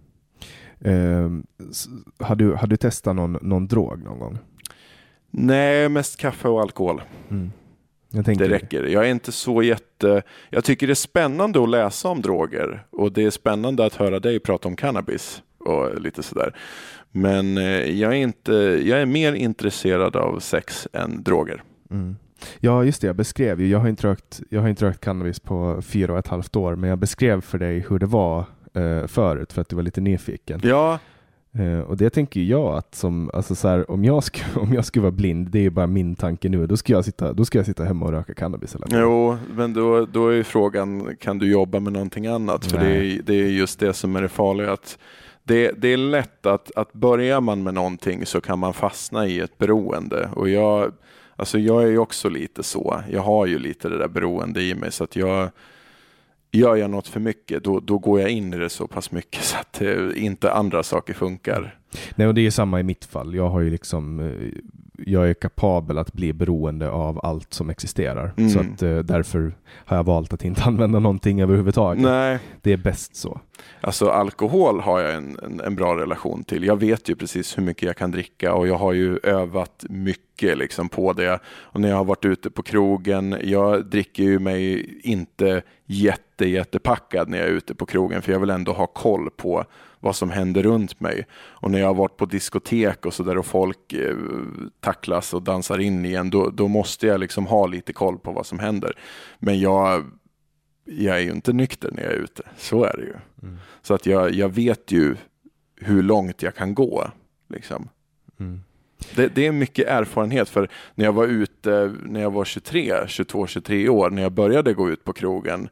Har du testat någon drog någon gång? Nej, mest kaffe och alkohol. Det räcker. Jag är inte så jag tycker det är spännande att läsa om droger. Och det är spännande att höra dig prata om cannabis och lite sådär. Men jag är mer intresserad av sex än droger. Ja, just det. Jag beskrev ju. Jag har inte rökt cannabis på 4,5 år. Men jag beskrev för dig hur det var förut för att du var lite nyfiken. Ja. Och det tänker jag att om jag skulle vara blind, det är bara min tanke nu, då ska jag sitta hemma och röka cannabis eller? Jo, men då är ju frågan, kan du jobba med någonting annat? För det är just det som är det farliga, att det är lätt att börjar man med någonting så kan man fastna i ett beroende. Och jag är ju också lite så. Jag har ju lite det där beroende i mig, så att gör jag något för mycket, då går jag in i det så pass mycket så att inte andra saker funkar. Nej, och det är samma i mitt fall. Jag har ju jag är kapabel att bli beroende av allt som existerar. Så att därför har jag valt att inte använda någonting överhuvudtaget. Nej. Det är bäst så. Alltså alkohol har jag en bra relation till. Jag vet ju precis hur mycket jag kan dricka och jag har ju övat mycket liksom på det. Och när jag har varit ute på krogen, jag dricker ju mig inte jättepackad när jag är ute på krogen, för jag vill ändå ha koll på vad som händer runt mig. Och när jag har varit på diskotek och så där och folk tacklas och dansar in igen, då måste jag liksom ha lite koll på vad som händer. Men jag är ju inte nykter när jag är ute. Så är det ju. Så att jag vet ju hur långt jag kan gå. Liksom. Det är mycket erfarenhet, för när jag var ute, när jag var 22-23 år, när jag började gå ut på krogen,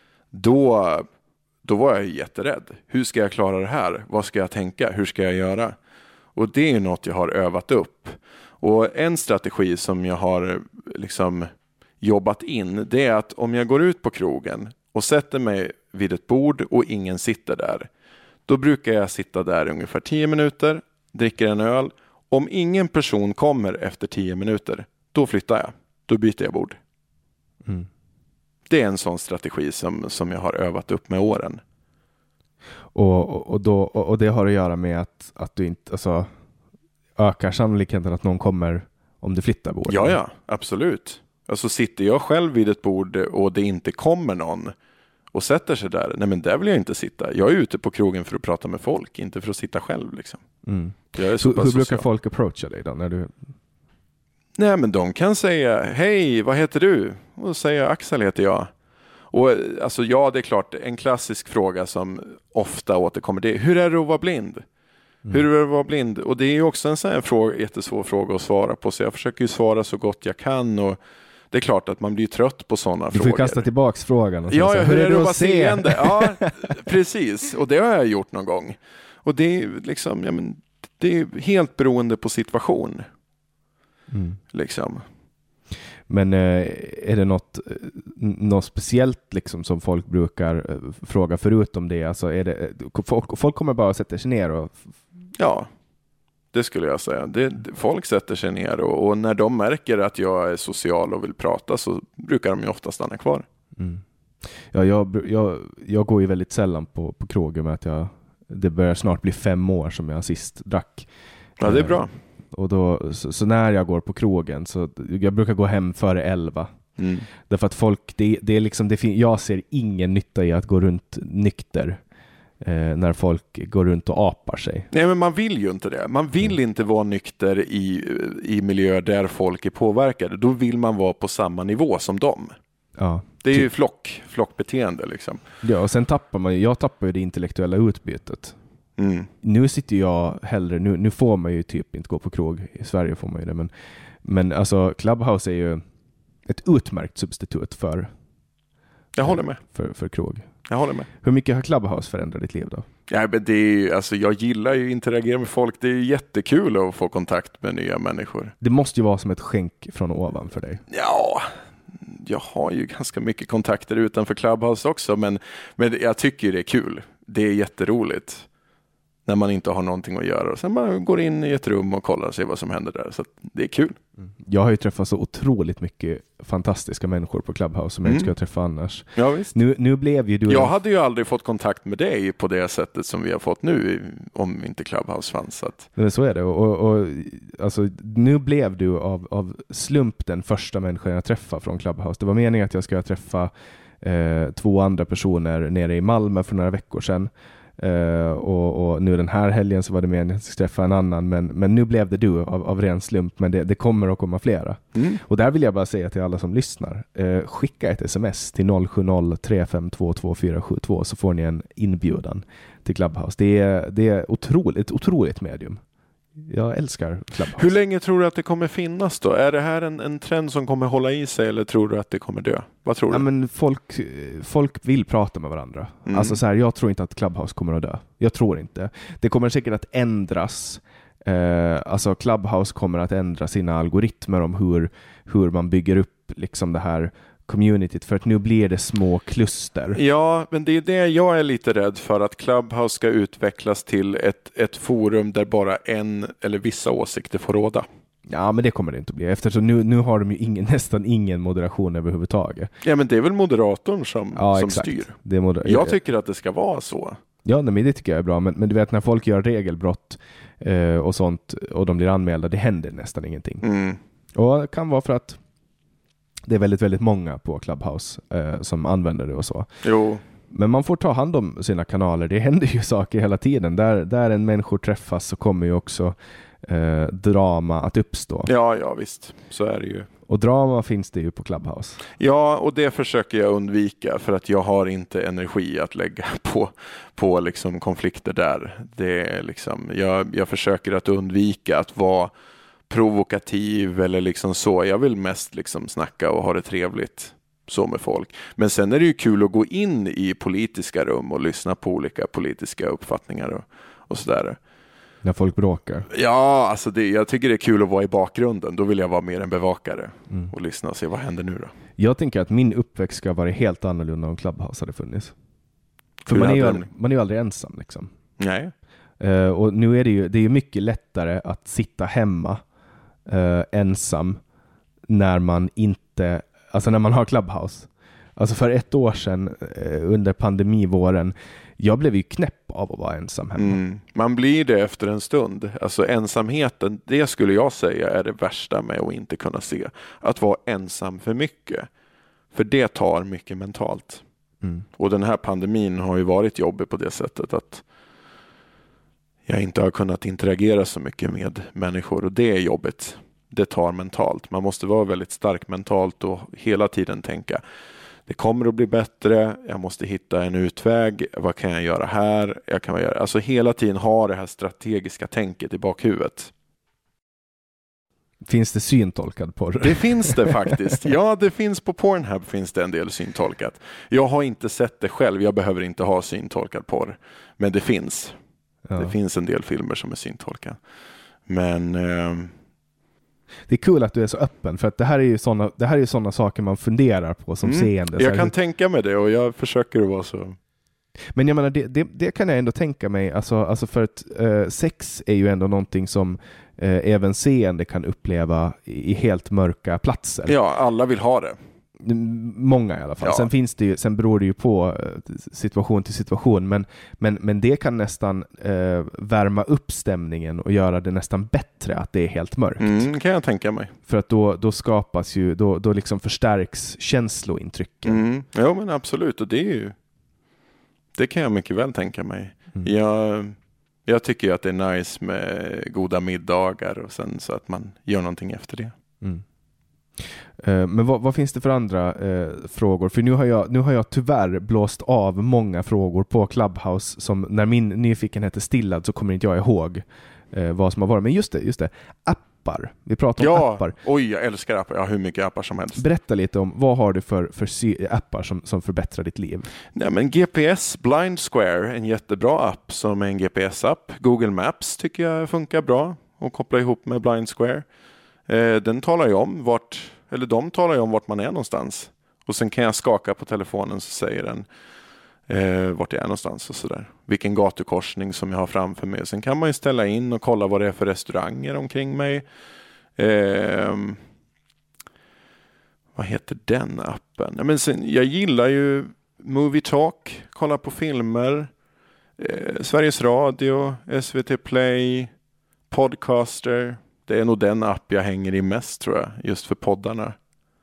då var jag jätterädd. Hur ska jag klara det här? Vad ska jag tänka? Hur ska jag göra? Och det är ju något jag har övat upp. Och en strategi som jag har liksom jobbat in, det är att om jag går ut på krogen och sätter mig vid ett bord och ingen sitter där, då brukar jag sitta där ungefär 10 minuter, dricker en öl. Om ingen person kommer efter 10 minuter, då flyttar jag. Då byter jag bord. Det är en sån strategi som jag har övat upp med åren. Och det har att göra med att du inte ökar sannolikheten att någon kommer om du flyttar bordet. Ja, absolut. Alltså sitter jag själv vid ett bord och det inte kommer någon och sätter sig där, nej men där vill jag inte sitta. Jag är ute på krogen för att prata med folk, inte för att sitta själv liksom. Hur brukar folk approacha dig då när du... Nej, men de kan säga, hej, vad heter du? Och då säger jag, Axel heter jag. Och alltså det är klart, en klassisk fråga som ofta återkommer, det är, hur är det att vara blind? Hur är det att vara blind? Och det är ju också en sån här jättesvår fråga att svara på, så jag försöker ju svara så gott jag kan, och det är klart att man blir trött på sådana frågor. Du får kasta tillbaks frågan. Och ja, hur är det att vara seende? Ja, precis. Och det har jag gjort någon gång. Och det är liksom, det är helt beroende på situation. Liksom. Men är det något speciellt liksom som folk brukar fråga förutom det? Alltså är det folk kommer bara att sätta sig ner och... Ja, det skulle jag säga. Folk sätter sig ner och när de märker att jag är social och vill prata, så brukar de ju ofta stanna kvar. Ja, jag går ju väldigt sällan på krogen med att det börjar snart bli 5 år som jag sist drack. Ja, det är bra. Och då, så när jag går på krogen, så jag brukar gå hem före 11. Därför att folk, jag ser ingen nytta i att gå runt nykter. när folk går runt och apar sig. Nej, men man vill ju inte det. Man vill inte vara nykter i miljöer där folk är påverkade. Då vill man vara på samma nivå som dem. Ja. Det är ju flockbeteende liksom. Ja, och sen jag tappar ju det intellektuella utbytet. Nu sitter jag hellre, nu får man ju typ inte gå på krog. I Sverige får man ju det, men alltså Clubhouse är ju ett utmärkt substitut för jag håller med. För krog. Jag håller med. Hur mycket har Clubhouse förändrat ditt liv då? Ja, men det är, alltså, jag gillar ju att interagera med folk. Det är jättekul att få kontakt med nya människor. Det måste ju vara som ett skänk från ovan för dig. Ja, jag har ju ganska mycket kontakter utanför Clubhouse också. Men jag tycker det är kul. Det är jätteroligt. När man inte har någonting att göra. Och sen man går in i ett rum och kollar och ser vad som händer där. Så det är kul. Jag har ju träffat så otroligt mycket fantastiska människor på Clubhouse som jag inte ska träffa annars. Ja, visst. Nu blev ju du... Jag hade ju aldrig fått kontakt med dig på det sättet som vi har fått nu om inte Clubhouse fanns. Så att... Så är det. Och alltså, nu blev du av slump den första människan jag träffade från Clubhouse. Det var meningen att jag skulle träffa 2 andra personer nere i Malmö för några veckor sedan. Och nu den här helgen så var det meningen att jag skulle träffa en annan, men nu blev det du av ren slump, men det kommer att komma flera. Och där vill jag bara säga till alla som lyssnar, skicka ett sms till 0703522472 så får ni en inbjudan till Clubhouse. Det är otroligt medium. Jag älskar Clubhouse. Hur länge tror du att det kommer finnas då? Är det här en trend som kommer hålla i sig eller tror du att det kommer dö? Vad tror du? Ja, men folk vill prata med varandra. Alltså så här, jag tror inte att Clubhouse kommer att dö. Jag tror inte. Det kommer säkert att ändras. Alltså Clubhouse kommer att ändra sina algoritmer om hur man bygger upp liksom det här communityt, för att nu blir det små kluster. Ja, men det är det jag är lite rädd för, att Clubhouse ska utvecklas till ett forum där bara en eller vissa åsikter får råda. Ja, men det kommer det inte att bli, eftersom nu har de ju nästan ingen moderation överhuvudtaget. Ja, men det är väl moderatorn som styr. Jag tycker att det ska vara så. Ja, men det tycker jag är bra, men du vet när folk gör regelbrott och sånt och de blir anmälda, det händer nästan ingenting. Och det kan vara för att det är väldigt, väldigt många på Clubhouse som använder det och så. Jo. Men man får ta hand om sina kanaler. Det händer ju saker hela tiden. Där en människor träffas så kommer ju också drama att uppstå. Ja, visst. Så är det ju. Och drama finns det ju på Clubhouse. Ja, och det försöker jag undvika för att jag har inte energi att lägga på liksom konflikter där. Det är liksom, jag försöker att undvika att vara provokativ eller liksom så. Jag vill mest liksom snacka och ha det trevligt så med folk. Men sen är det ju kul att gå in i politiska rum och lyssna på olika politiska uppfattningar och sådär. När folk bråkar. Ja, alltså jag tycker det är kul att vara i bakgrunden. Då vill jag vara mer en bevakare och lyssna och se vad händer nu då. Jag tänker att min uppväxt ska vara helt annorlunda om Clubhouse hade funnits. För man är ju aldrig ensam liksom. Nej. Och nu är det är ju mycket lättare att sitta hemma ensam när man har Clubhouse. Alltså för 1 år sedan under pandemivåren, jag blev ju knäpp av att vara ensam hemma. Man blir det efter en stund. Alltså ensamheten, det skulle jag säga är det värsta med att inte kunna se. Att vara ensam för mycket. För det tar mycket mentalt. Och den här pandemin har ju varit jobbig på det sättet att jag inte har kunnat interagera så mycket med människor, och det är jobbigt. Det tar mentalt. Man måste vara väldigt stark mentalt och hela tiden tänka, det kommer att bli bättre, jag måste hitta en utväg, vad kan jag göra här? Alltså hela tiden ha det här strategiska tänket i bakhuvudet. Finns det syntolkad porr? Det finns det faktiskt. Ja, det finns på Pornhub finns det en del syntolkat. Jag har inte sett det själv, jag behöver inte ha syntolkad porr. Men det finns. Ja. Det finns en del filmer som är syntolkade. Men det är kul att du är så öppen, för att det här är ju såna saker man funderar på som seende. Jag kan tänka mig det, och jag försöker att vara så. Men jag menar, det kan jag ändå tänka mig, alltså för att sex är ju ändå någonting som även seende kan uppleva i helt mörka platser. Ja, alla vill ha det. Många i alla fall. Ja. Sen beror det ju på situation till situation, men det kan nästan värma upp stämningen och göra det nästan bättre att det är helt mörkt. Kan jag tänka mig. För att då skapas ju, då liksom förstärks känslointrycken. Ja, men absolut, och det är ju Det kan jag mycket väl tänka mig. Jag tycker ju att det är nice med goda middagar och sen så att man gör någonting efter det. Men vad finns det för andra frågor? För nu har jag tyvärr blåst av många frågor på Clubhouse som när min nyfikenhet är stillad så kommer inte jag ihåg vad som har varit. Men just det. Appar. Vi pratar om appar. Oj, jag älskar appar. Jag har hur mycket appar som helst. Berätta lite om vad har du för appar som förbättrar ditt liv? Nej, men GPS Blind Square, en jättebra app som är en GPS-app. Google Maps tycker jag funkar bra och koppla ihop med Blind Square. Den talar ju om de talar ju om vart man är någonstans. Och sen kan jag skaka på telefonen så säger den vart jag är någonstans och sådär. Vilken gatukorsning som jag har framför mig. Sen kan man ju ställa in och kolla vad det är för restauranger omkring mig. Vad heter den appen? Ja, men jag gillar ju Movie Talk, kolla på filmer. Sveriges Radio, SVT Play, Podcaster. Det är nog den app jag hänger i mest tror jag, just för poddarna.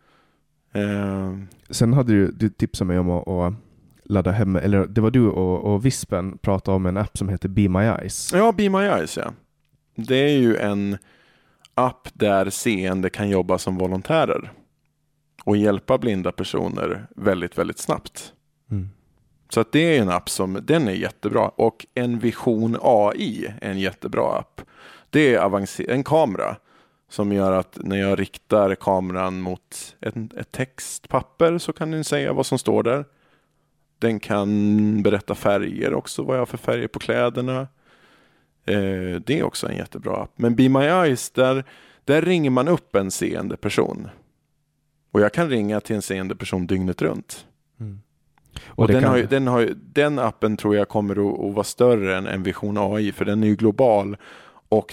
Sen hade du tipsat mig om att ladda hem, eller det var du och Vispen pratade om en app som heter Be My Eyes. Ja, Be My Eyes, ja. Det är ju en app där seende kan jobba som volontärer och hjälpa blinda personer väldigt, väldigt snabbt. Så att det är en app den är jättebra. Och en Vision AI är en jättebra app. Det är en kamera som gör att när jag riktar kameran mot ett textpapper så kan den säga vad som står där. Den kan berätta färger också, vad jag har för färger på kläderna. Det är också en jättebra app. Men Be My Eyes, där ringer man upp en seende person. Och jag kan ringa till en seende person dygnet runt. Och den appen tror jag kommer att vara större än Vision AI, för den är ju global. Och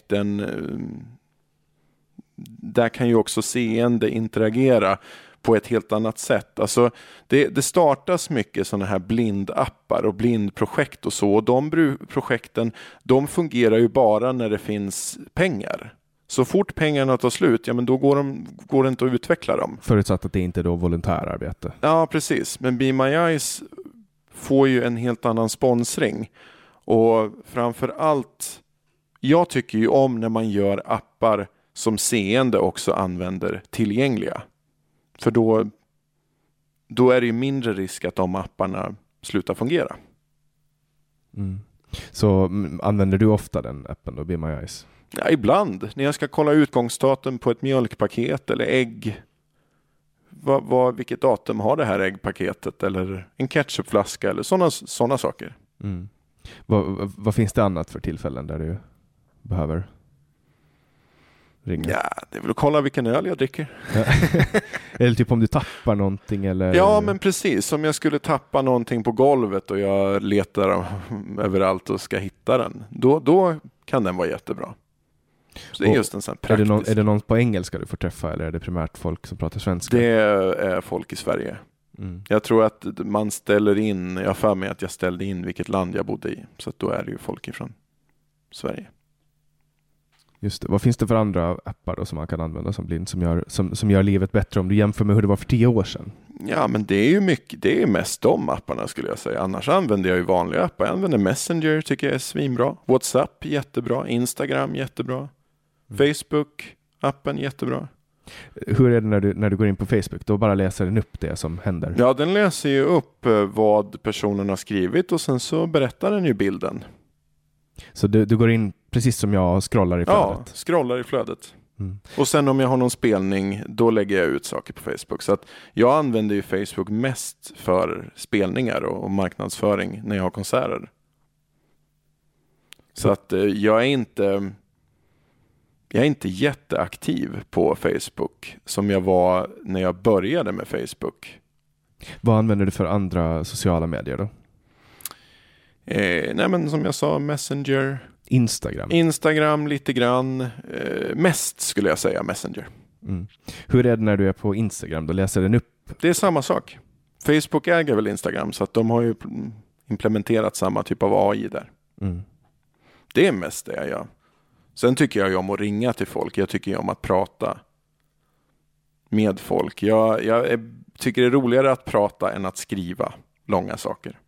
där kan ju också seende interagera på ett helt annat sätt. Alltså det startas mycket sådana här blindappar och blindprojekt och så. Och de projekten, de fungerar ju bara när det finns pengar. Så fort pengarna tar slut, ja men då går det inte att utveckla dem. Förutsatt att det inte är då volontärarbete. Ja, precis. Men Be My Eyes får ju en helt annan sponsring. Och framför allt, jag tycker ju om när man gör appar som seende också använder tillgängliga. För då är det ju mindre risk att de apparna slutar fungera. Så använder du ofta den appen då, Be My Eyes? Ja, ibland. När jag ska kolla utgångsdatum på ett mjölkpaket eller ägg. Vilket datum har det här äggpaketet? Eller en ketchupflaska eller sådana saker. Vad finns det annat för tillfällen där du behöver ringa? Ja, det är väl att kolla vilken öl jag dricker. Eller typ om du tappar någonting eller... Ja, men precis. Om jag skulle tappa någonting på golvet och jag letar överallt och ska hitta den. Då kan den vara jättebra. Så det är just en sån praktisk... Är det någon på engelska du får träffa eller är det primärt folk som pratar svenska? Det är folk i Sverige. Jag tror att man ställer in, jag har för mig att jag ställde in vilket land jag bodde i. Så att då är det ju folk ifrån Sverige. Just det. Vad finns det för andra appar då som man kan använda som blind som gör livet bättre om du jämför med hur det var för 10 år sedan? Ja, men det är ju mycket, det är mest de apparna skulle jag säga. Annars använder jag ju vanliga appar. Jag använder Messenger, tycker jag är svinbra. WhatsApp, jättebra. Instagram, jättebra. Facebook-appen, jättebra. Hur är det när du går in på Facebook? Då bara läser den upp det som händer? Ja, den läser ju upp vad personen har skrivit och sen så berättar den ju bilden. Så du går in precis som jag scrollar i flödet? Ja, scrollar i flödet. Och sen om jag har någon spelning, då lägger jag ut saker på Facebook. Så att jag använder ju Facebook mest för spelningar och marknadsföring när jag har konserter. Så att jag är inte jätteaktiv på Facebook som jag var när jag började med Facebook. Vad använder du för andra sociala medier då? Nej, men som jag sa, Messenger. Instagram lite grann. Mest skulle jag säga Messenger. Hur är det när du är på Instagram? Då läser den upp? Det är samma sak. Facebook äger väl Instagram så att de har ju implementerat samma typ av AI där. Det är mest det jag gör. Sen tycker jag ju om att ringa till folk. Jag tycker ju om att prata med folk. Jag tycker det är roligare att prata än att skriva långa saker.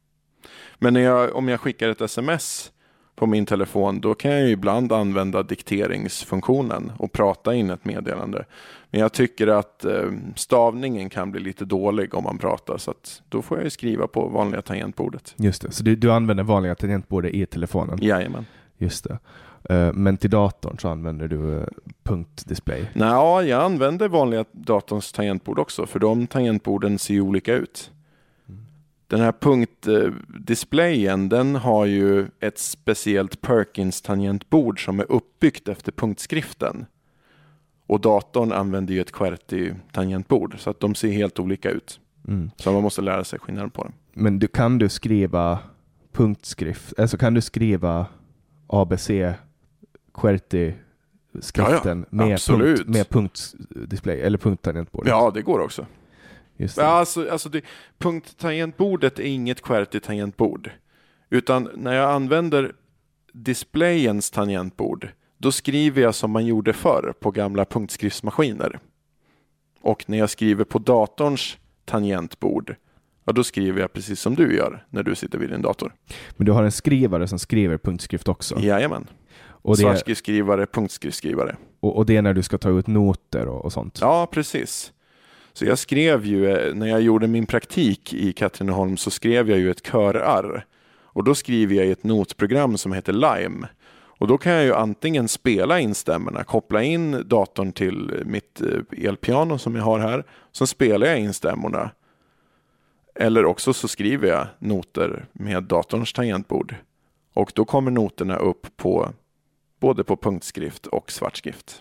Men om jag skickar ett sms på min telefon, då kan jag ju ibland använda dikteringsfunktionen och prata in ett meddelande. Men jag tycker att stavningen kan bli lite dålig om man pratar, så att då får jag ju skriva på vanliga tangentbordet. Just det, så du använder vanliga tangentbordet i telefonen? Jajamän. Just det. Men till datorn så använder du punktdisplay? Nej, jag använder vanliga datorns tangentbord också, för de tangentborden ser ju olika ut. Den här punktdisplayen, den har ju ett speciellt Perkins-tangentbord som är uppbyggt efter punktskriften. Och datorn använder ju ett QWERTY-tangentbord, så att de ser helt olika ut. Så man måste lära sig skillnaden på dem. Men kan du skriva punktskrift, alltså kan du skriva ABC QWERTY-skriften med punktdisplay eller punkttangentbordet? Ja, det går också. Just det. Ja, alltså punkttangentbordet är inget QWERTY-tangentbord. Utan när jag använder displayens tangentbord, då skriver jag som man gjorde förr på gamla punktskriftsmaskiner. Och när jag skriver på datorns tangentbord, ja, då skriver jag precis som du gör när du sitter vid din dator. Men du har en skrivare som skriver punktskrift också? Jajamän. Och svartskriftsskrivare, punktskriftsskrivare. Och det är när du ska ta ut noter och sånt? Ja, precis. Så jag skrev ju, när jag gjorde min praktik i Katrineholm, så skrev jag ju ett körarr. Och då skriver jag i ett notprogram som heter Lime. Och då kan jag ju antingen spela in stämmorna, koppla in datorn till mitt elpiano som jag har här. Så spelar jag in stämmorna. Eller också så skriver jag noter med datorns tangentbord. Och då kommer noterna upp på både på punktskrift och svartskrift.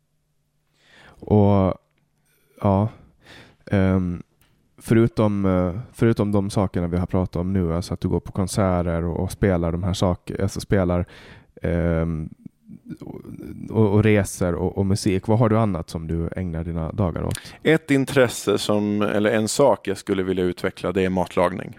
Och ja, förutom de sakerna vi har pratat om nu, alltså att du går på konserter och spelar de här sakerna, alltså spelar och reser och musik. Vad har du annat som du ägnar dina dagar åt? Ett intresse eller en sak jag skulle vilja utveckla, det är matlagning.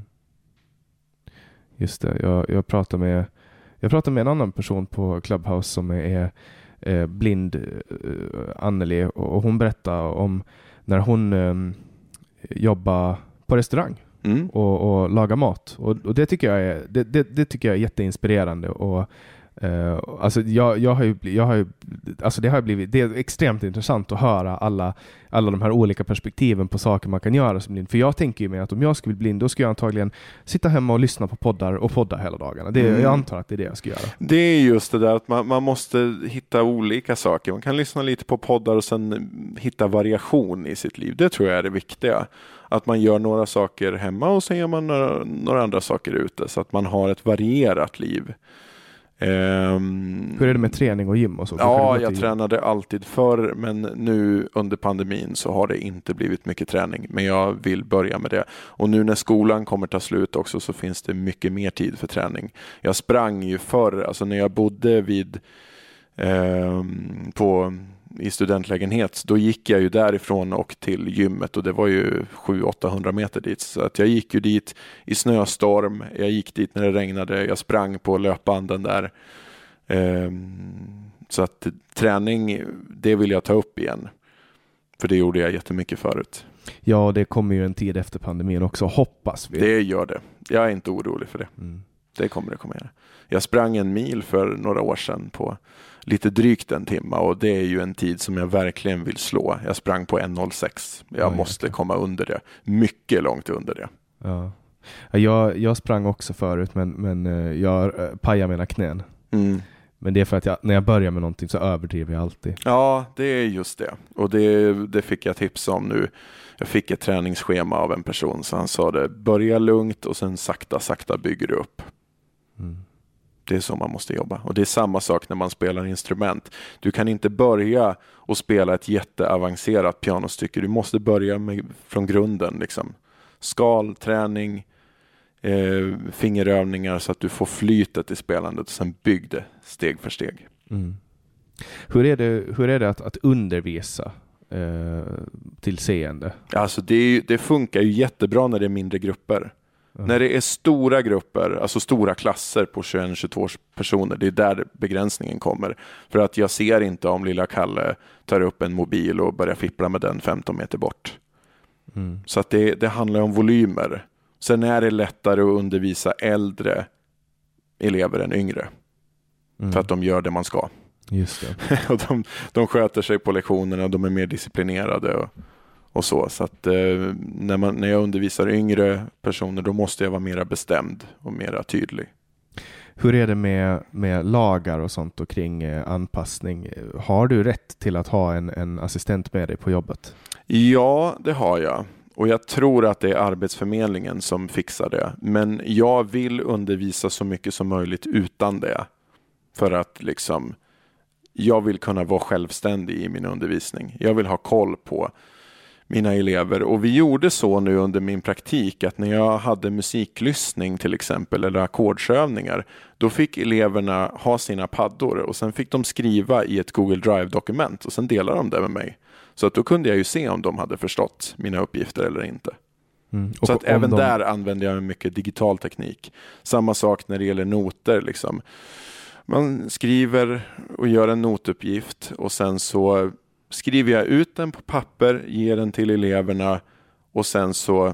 Just det. Jag pratade med en annan person på Clubhouse som är blind, Anneli, och hon berättade om när hon jobbar på restaurang och lagar mat. Och det tycker jag är jätteinspirerande. Och alltså det är extremt intressant att höra alla de här olika perspektiven på saker man kan göra som blind. För jag tänker ju mig att om jag skulle bli blind, då skulle jag antagligen sitta hemma och lyssna på poddar och podda hela dagarna. Jag antar att det är det jag ska göra. Det är just det där att man måste hitta olika saker. Man kan lyssna lite på poddar och sen hitta variation i sitt liv. Det tror jag är det viktiga. Att man gör några saker hemma och sen gör man några andra saker ute, så att man har ett varierat liv. Hur är det med träning och gym och så? Ja, jag tränade alltid förr, men nu under pandemin så har det inte blivit mycket träning, men jag vill börja med det. Och nu när skolan kommer ta slut också, så finns det mycket mer tid för träning. Jag sprang ju förr, alltså när jag bodde i studentlägenhet, då gick jag ju därifrån och till gymmet, och det var ju 700-800 meter dit, så att jag gick ju dit i snöstorm, jag gick dit när det regnade, jag sprang på löpbanden där, så att träning, det vill jag ta upp igen, för det gjorde jag jättemycket förut. Ja, det kommer ju en tid efter pandemin också, hoppas vi. Det gör det, jag är inte orolig för det. Det kommer det komma göra. Jag sprang 1 mil för några år sedan på lite drygt 1 timme, och det är ju en tid som jag verkligen vill slå. Jag sprang på 1:06. Jag måste komma under det. Mycket långt under det. Ja. Jag sprang också förut, men jag pajade mina knän. Men det är för att när jag börjar med någonting så överdriver jag alltid. Ja, det är just det. Och det fick jag tips om nu. Jag fick ett träningsschema av en person, så han sa det: börja lugnt och sen sakta bygger du upp. Det är så man måste jobba. Och det är samma sak när man spelar instrument. Du kan inte börja och spela ett jätteavancerat pianostycke. Du måste börja från grunden. Liksom. Skalträning, fingerövningar, så att du får flytet i spelandet, och sen bygg det steg för steg. Hur är det att undervisa till seende? Alltså det funkar ju jättebra när det är mindre grupper. När det är stora grupper, alltså stora klasser på 21-22 personer, det är där begränsningen kommer. För att jag ser inte om lilla Kalle tar upp en mobil och börjar fippla med den 15 meter bort. Så att det handlar om volymer. Sen är det lättare att undervisa äldre elever än yngre. För att de gör det man ska. Just det. Och de sköter sig på lektionerna, de är mer disciplinerade och så. Så att när jag undervisar yngre personer, då måste jag vara mera bestämd och mera tydlig. Hur är det med lagar och sånt och kring anpassning? Har du rätt till att ha en assistent med dig på jobbet? Ja, det har jag. Och jag tror att det är Arbetsförmedlingen som fixar det. Men jag vill undervisa så mycket som möjligt utan det. För att liksom, jag vill kunna vara självständig i min undervisning. Jag vill ha koll på mina elever. Och vi gjorde så nu under min praktik att när jag hade musiklyssning till exempel eller ackordsövningar, då fick eleverna ha sina paddor och sen fick de skriva i ett Google Drive-dokument och sen delade de det med mig. Så att då kunde jag ju se om de hade förstått mina uppgifter eller inte. Så att även där använder jag mycket digital teknik. Samma sak när det gäller noter. Liksom. Man skriver och gör en notuppgift och sen så skriver jag ut den på papper, ger den till eleverna och sen så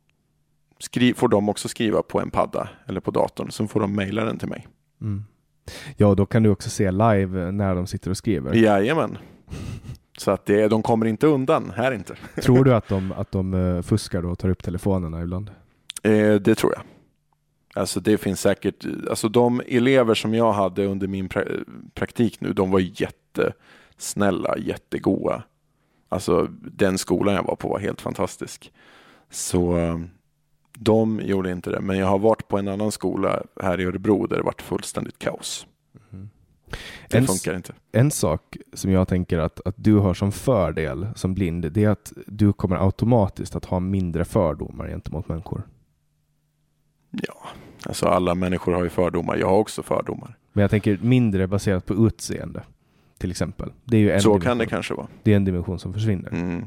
får de också skriva på en padda eller på datorn. Så får de mejla den till mig. Ja, då kan du också se live när de sitter och skriver. Jajamän. Så att de kommer inte undan, här inte. Tror du att de fuskar då och tar upp telefonerna ibland? Det tror jag. Alltså det finns säkert, alltså de elever som jag hade under min praktik nu, de var jättesnälla, jättegoda. Alltså den skolan jag var på var helt fantastisk. Så de gjorde inte det. Men jag har varit på en annan skola här i Örebro där det varit fullständigt kaos. Det funkar inte. En sak som jag tänker att du har som fördel som blind, det är att du kommer automatiskt att ha mindre fördomar gentemot människor. Ja, alltså alla människor har ju fördomar. Jag har också fördomar. Men jag tänker mindre baserat på utseende, till exempel. Det är ju en så dimension. Kan det kanske vara. Det är en dimension som försvinner.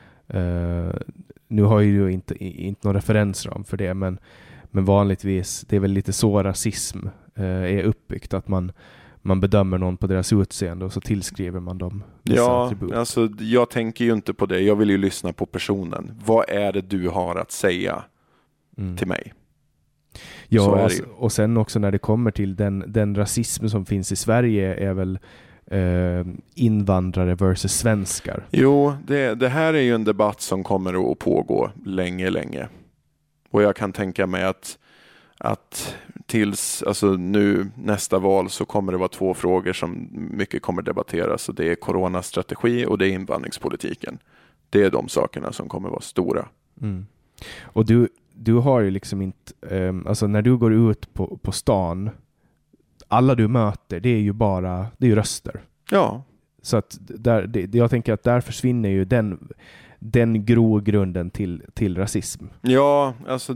Nu har ju du inte någon referensram för det, men vanligtvis, det är väl lite så rasism är uppbyggt, att man bedömer någon på deras utseende och så tillskriver man dem vissa attribut. Alltså jag tänker ju inte på det. Jag vill ju lyssna på personen. Vad är det du har att säga till mig? Ja, och sen också när det kommer till den rasism som finns i Sverige är väl invandrare versus svenskar. Jo, det här är ju en debatt som kommer att pågå länge. Och jag kan tänka mig att tills alltså nu nästa val så kommer det vara 2 frågor som mycket kommer debatteras, och det är coronastrategi och det är invandringspolitiken. Det är de sakerna som kommer vara stora. Och du har ju liksom inte alltså när du går ut på stan, alla du möter, det är ju röster. Ja. Så att jag tänker att där försvinner ju den grogrunden till rasism. Ja, alltså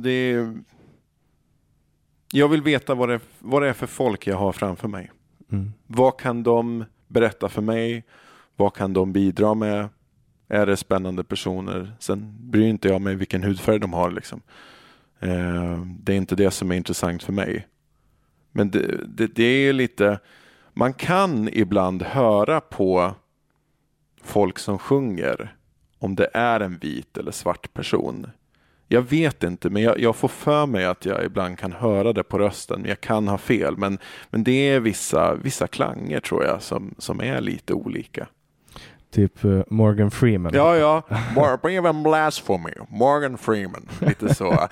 jag vill veta vad det är för folk jag har framför mig. Vad kan de berätta för mig? Vad kan de bidra med? Är det spännande personer? Sen bryr inte jag mig vilken hudfärg de har. Liksom. Det är inte det som är intressant för mig. Men det är lite... Man kan ibland höra på folk som sjunger om det är en vit eller svart person. Jag vet inte, men jag får för mig att jag ibland kan höra det på rösten. Men jag kan ha fel. Men det är vissa klanger, tror jag, som är lite olika. Typ Morgan Freeman. Ja. Even blasphemy. Morgan Freeman. Lite så.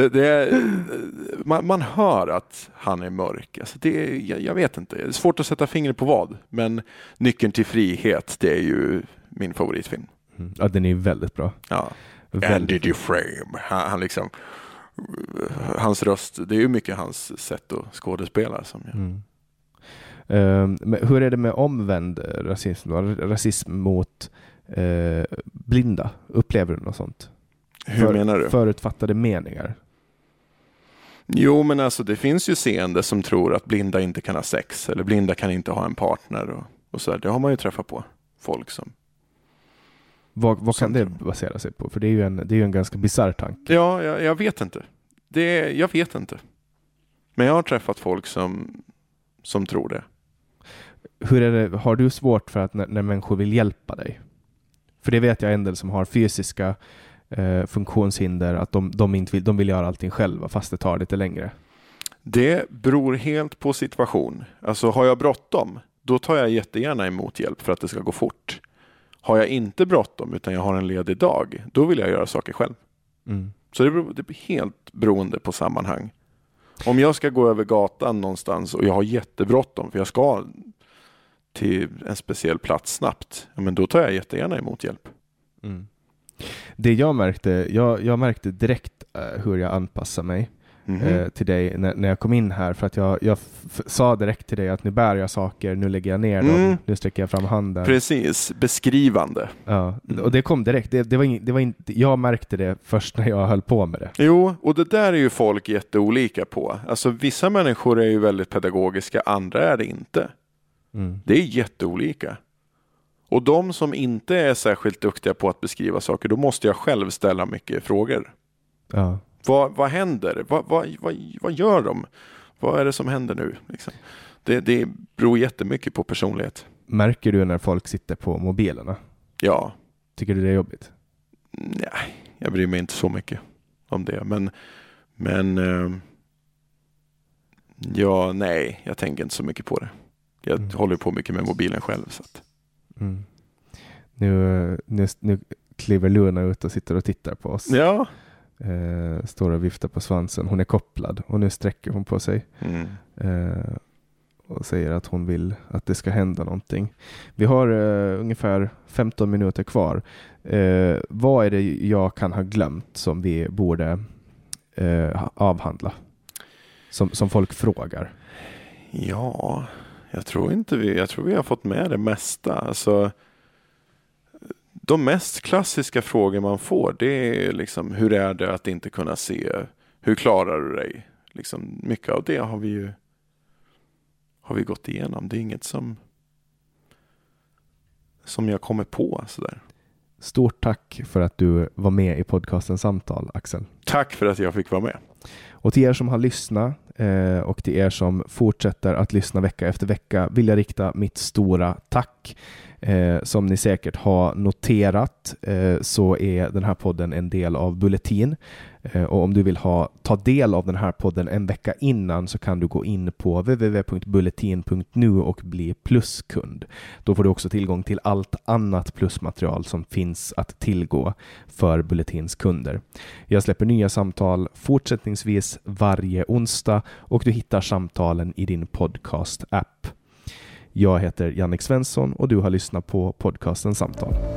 Man hör att han är mörk. Alltså jag vet inte. Det är svårt att sätta fingret på vad. Men Nyckeln till frihet, det är ju min favoritfilm. Ja, den är väldigt bra. Ja. Andy Dufresne. Han liksom, hans röst, det är ju mycket hans sätt att skådespela som jag. Men hur är det med omvänd rasism mot blinda? Upplever du något sånt? Hur menar du? Förutfattade meningar. Jo, men alltså det finns ju seende som tror att blinda inte kan ha sex, eller blinda kan inte ha en partner och så där. Det har man ju träffat på folk som... Vad kan det basera sig på? För det är ju en ganska bizarr tanke. Ja, jag vet inte. Jag vet inte. Men jag har träffat folk som tror det. Hur är det? Har du svårt för att när människor vill hjälpa dig? För det vet jag en del som har fysiska funktionshinder, att de vill göra allting själva fast det tar lite längre? Det beror helt på situation. Alltså har jag bråttom, då tar jag jättegärna emot hjälp för att det ska gå fort. Har jag inte bråttom utan jag har en ledig dag, då vill jag göra saker själv. Så det blir helt beroende på sammanhang. Om jag ska gå över gatan någonstans och jag har jättebråttom för jag ska till en speciell plats snabbt, men då tar jag jättegärna emot hjälp. Det jag märkte direkt hur jag anpassar mig till dig när jag kom in här, för att jag sa direkt till dig att nu bär jag saker, nu lägger jag ner dem, nu sträcker jag fram handen. Precis, beskrivande. Ja, och det kom direkt. Det var inte, jag märkte det först när jag höll på med det. Jo, och det där är ju folk jätteolika på. Alltså vissa människor är ju väldigt pedagogiska, andra är det inte. Det är jätteolika. Och de som inte är särskilt duktiga på att beskriva saker, då måste jag själv ställa mycket frågor. Ja. Vad händer? Vad gör de? Vad är det som händer nu? Liksom. Det beror jättemycket på personlighet. Märker du när folk sitter på mobilerna? Ja. Tycker du det är jobbigt? Nej, jag bryr mig inte så mycket om det. Men nej, jag tänker inte så mycket på det. Jag håller på mycket med mobilen själv. Så att. Nu kliver Luna ut och sitter och tittar på oss. Ja. Står och viftar på svansen. Hon är kopplad och nu sträcker hon på sig och säger att hon vill att det ska hända någonting. Vi har ungefär 15 minuter kvar. Vad är det jag kan ha glömt som vi borde avhandla? Som folk frågar. Ja, jag tror vi har fått med det mesta. Alltså, de mest klassiska frågor man får, det är liksom, hur är det att inte kunna se? Hur klarar du dig? Liksom, mycket av det har vi gått igenom. Det är inget som jag kommer på sådär. Stort tack för att du var med i podcasten Samtal, Axel. Tack för att jag fick vara med. Och till er som har lyssnat och till er som fortsätter att lyssna vecka efter vecka vill jag rikta mitt stora tack. Som ni säkert har noterat så är den här podden en del av Bulletin. Och om du vill ta del av den här podden en vecka innan så kan du gå in på www.bulletin.nu och bli pluskund. Då får du också tillgång till allt annat plusmaterial som finns att tillgå för Bulletins kunder. Jag släpper nya samtal fortsättningsvis varje onsdag och du hittar samtalen i din podcast-app. Jag heter Jannik Svensson och du har lyssnat på podcasten Samtal.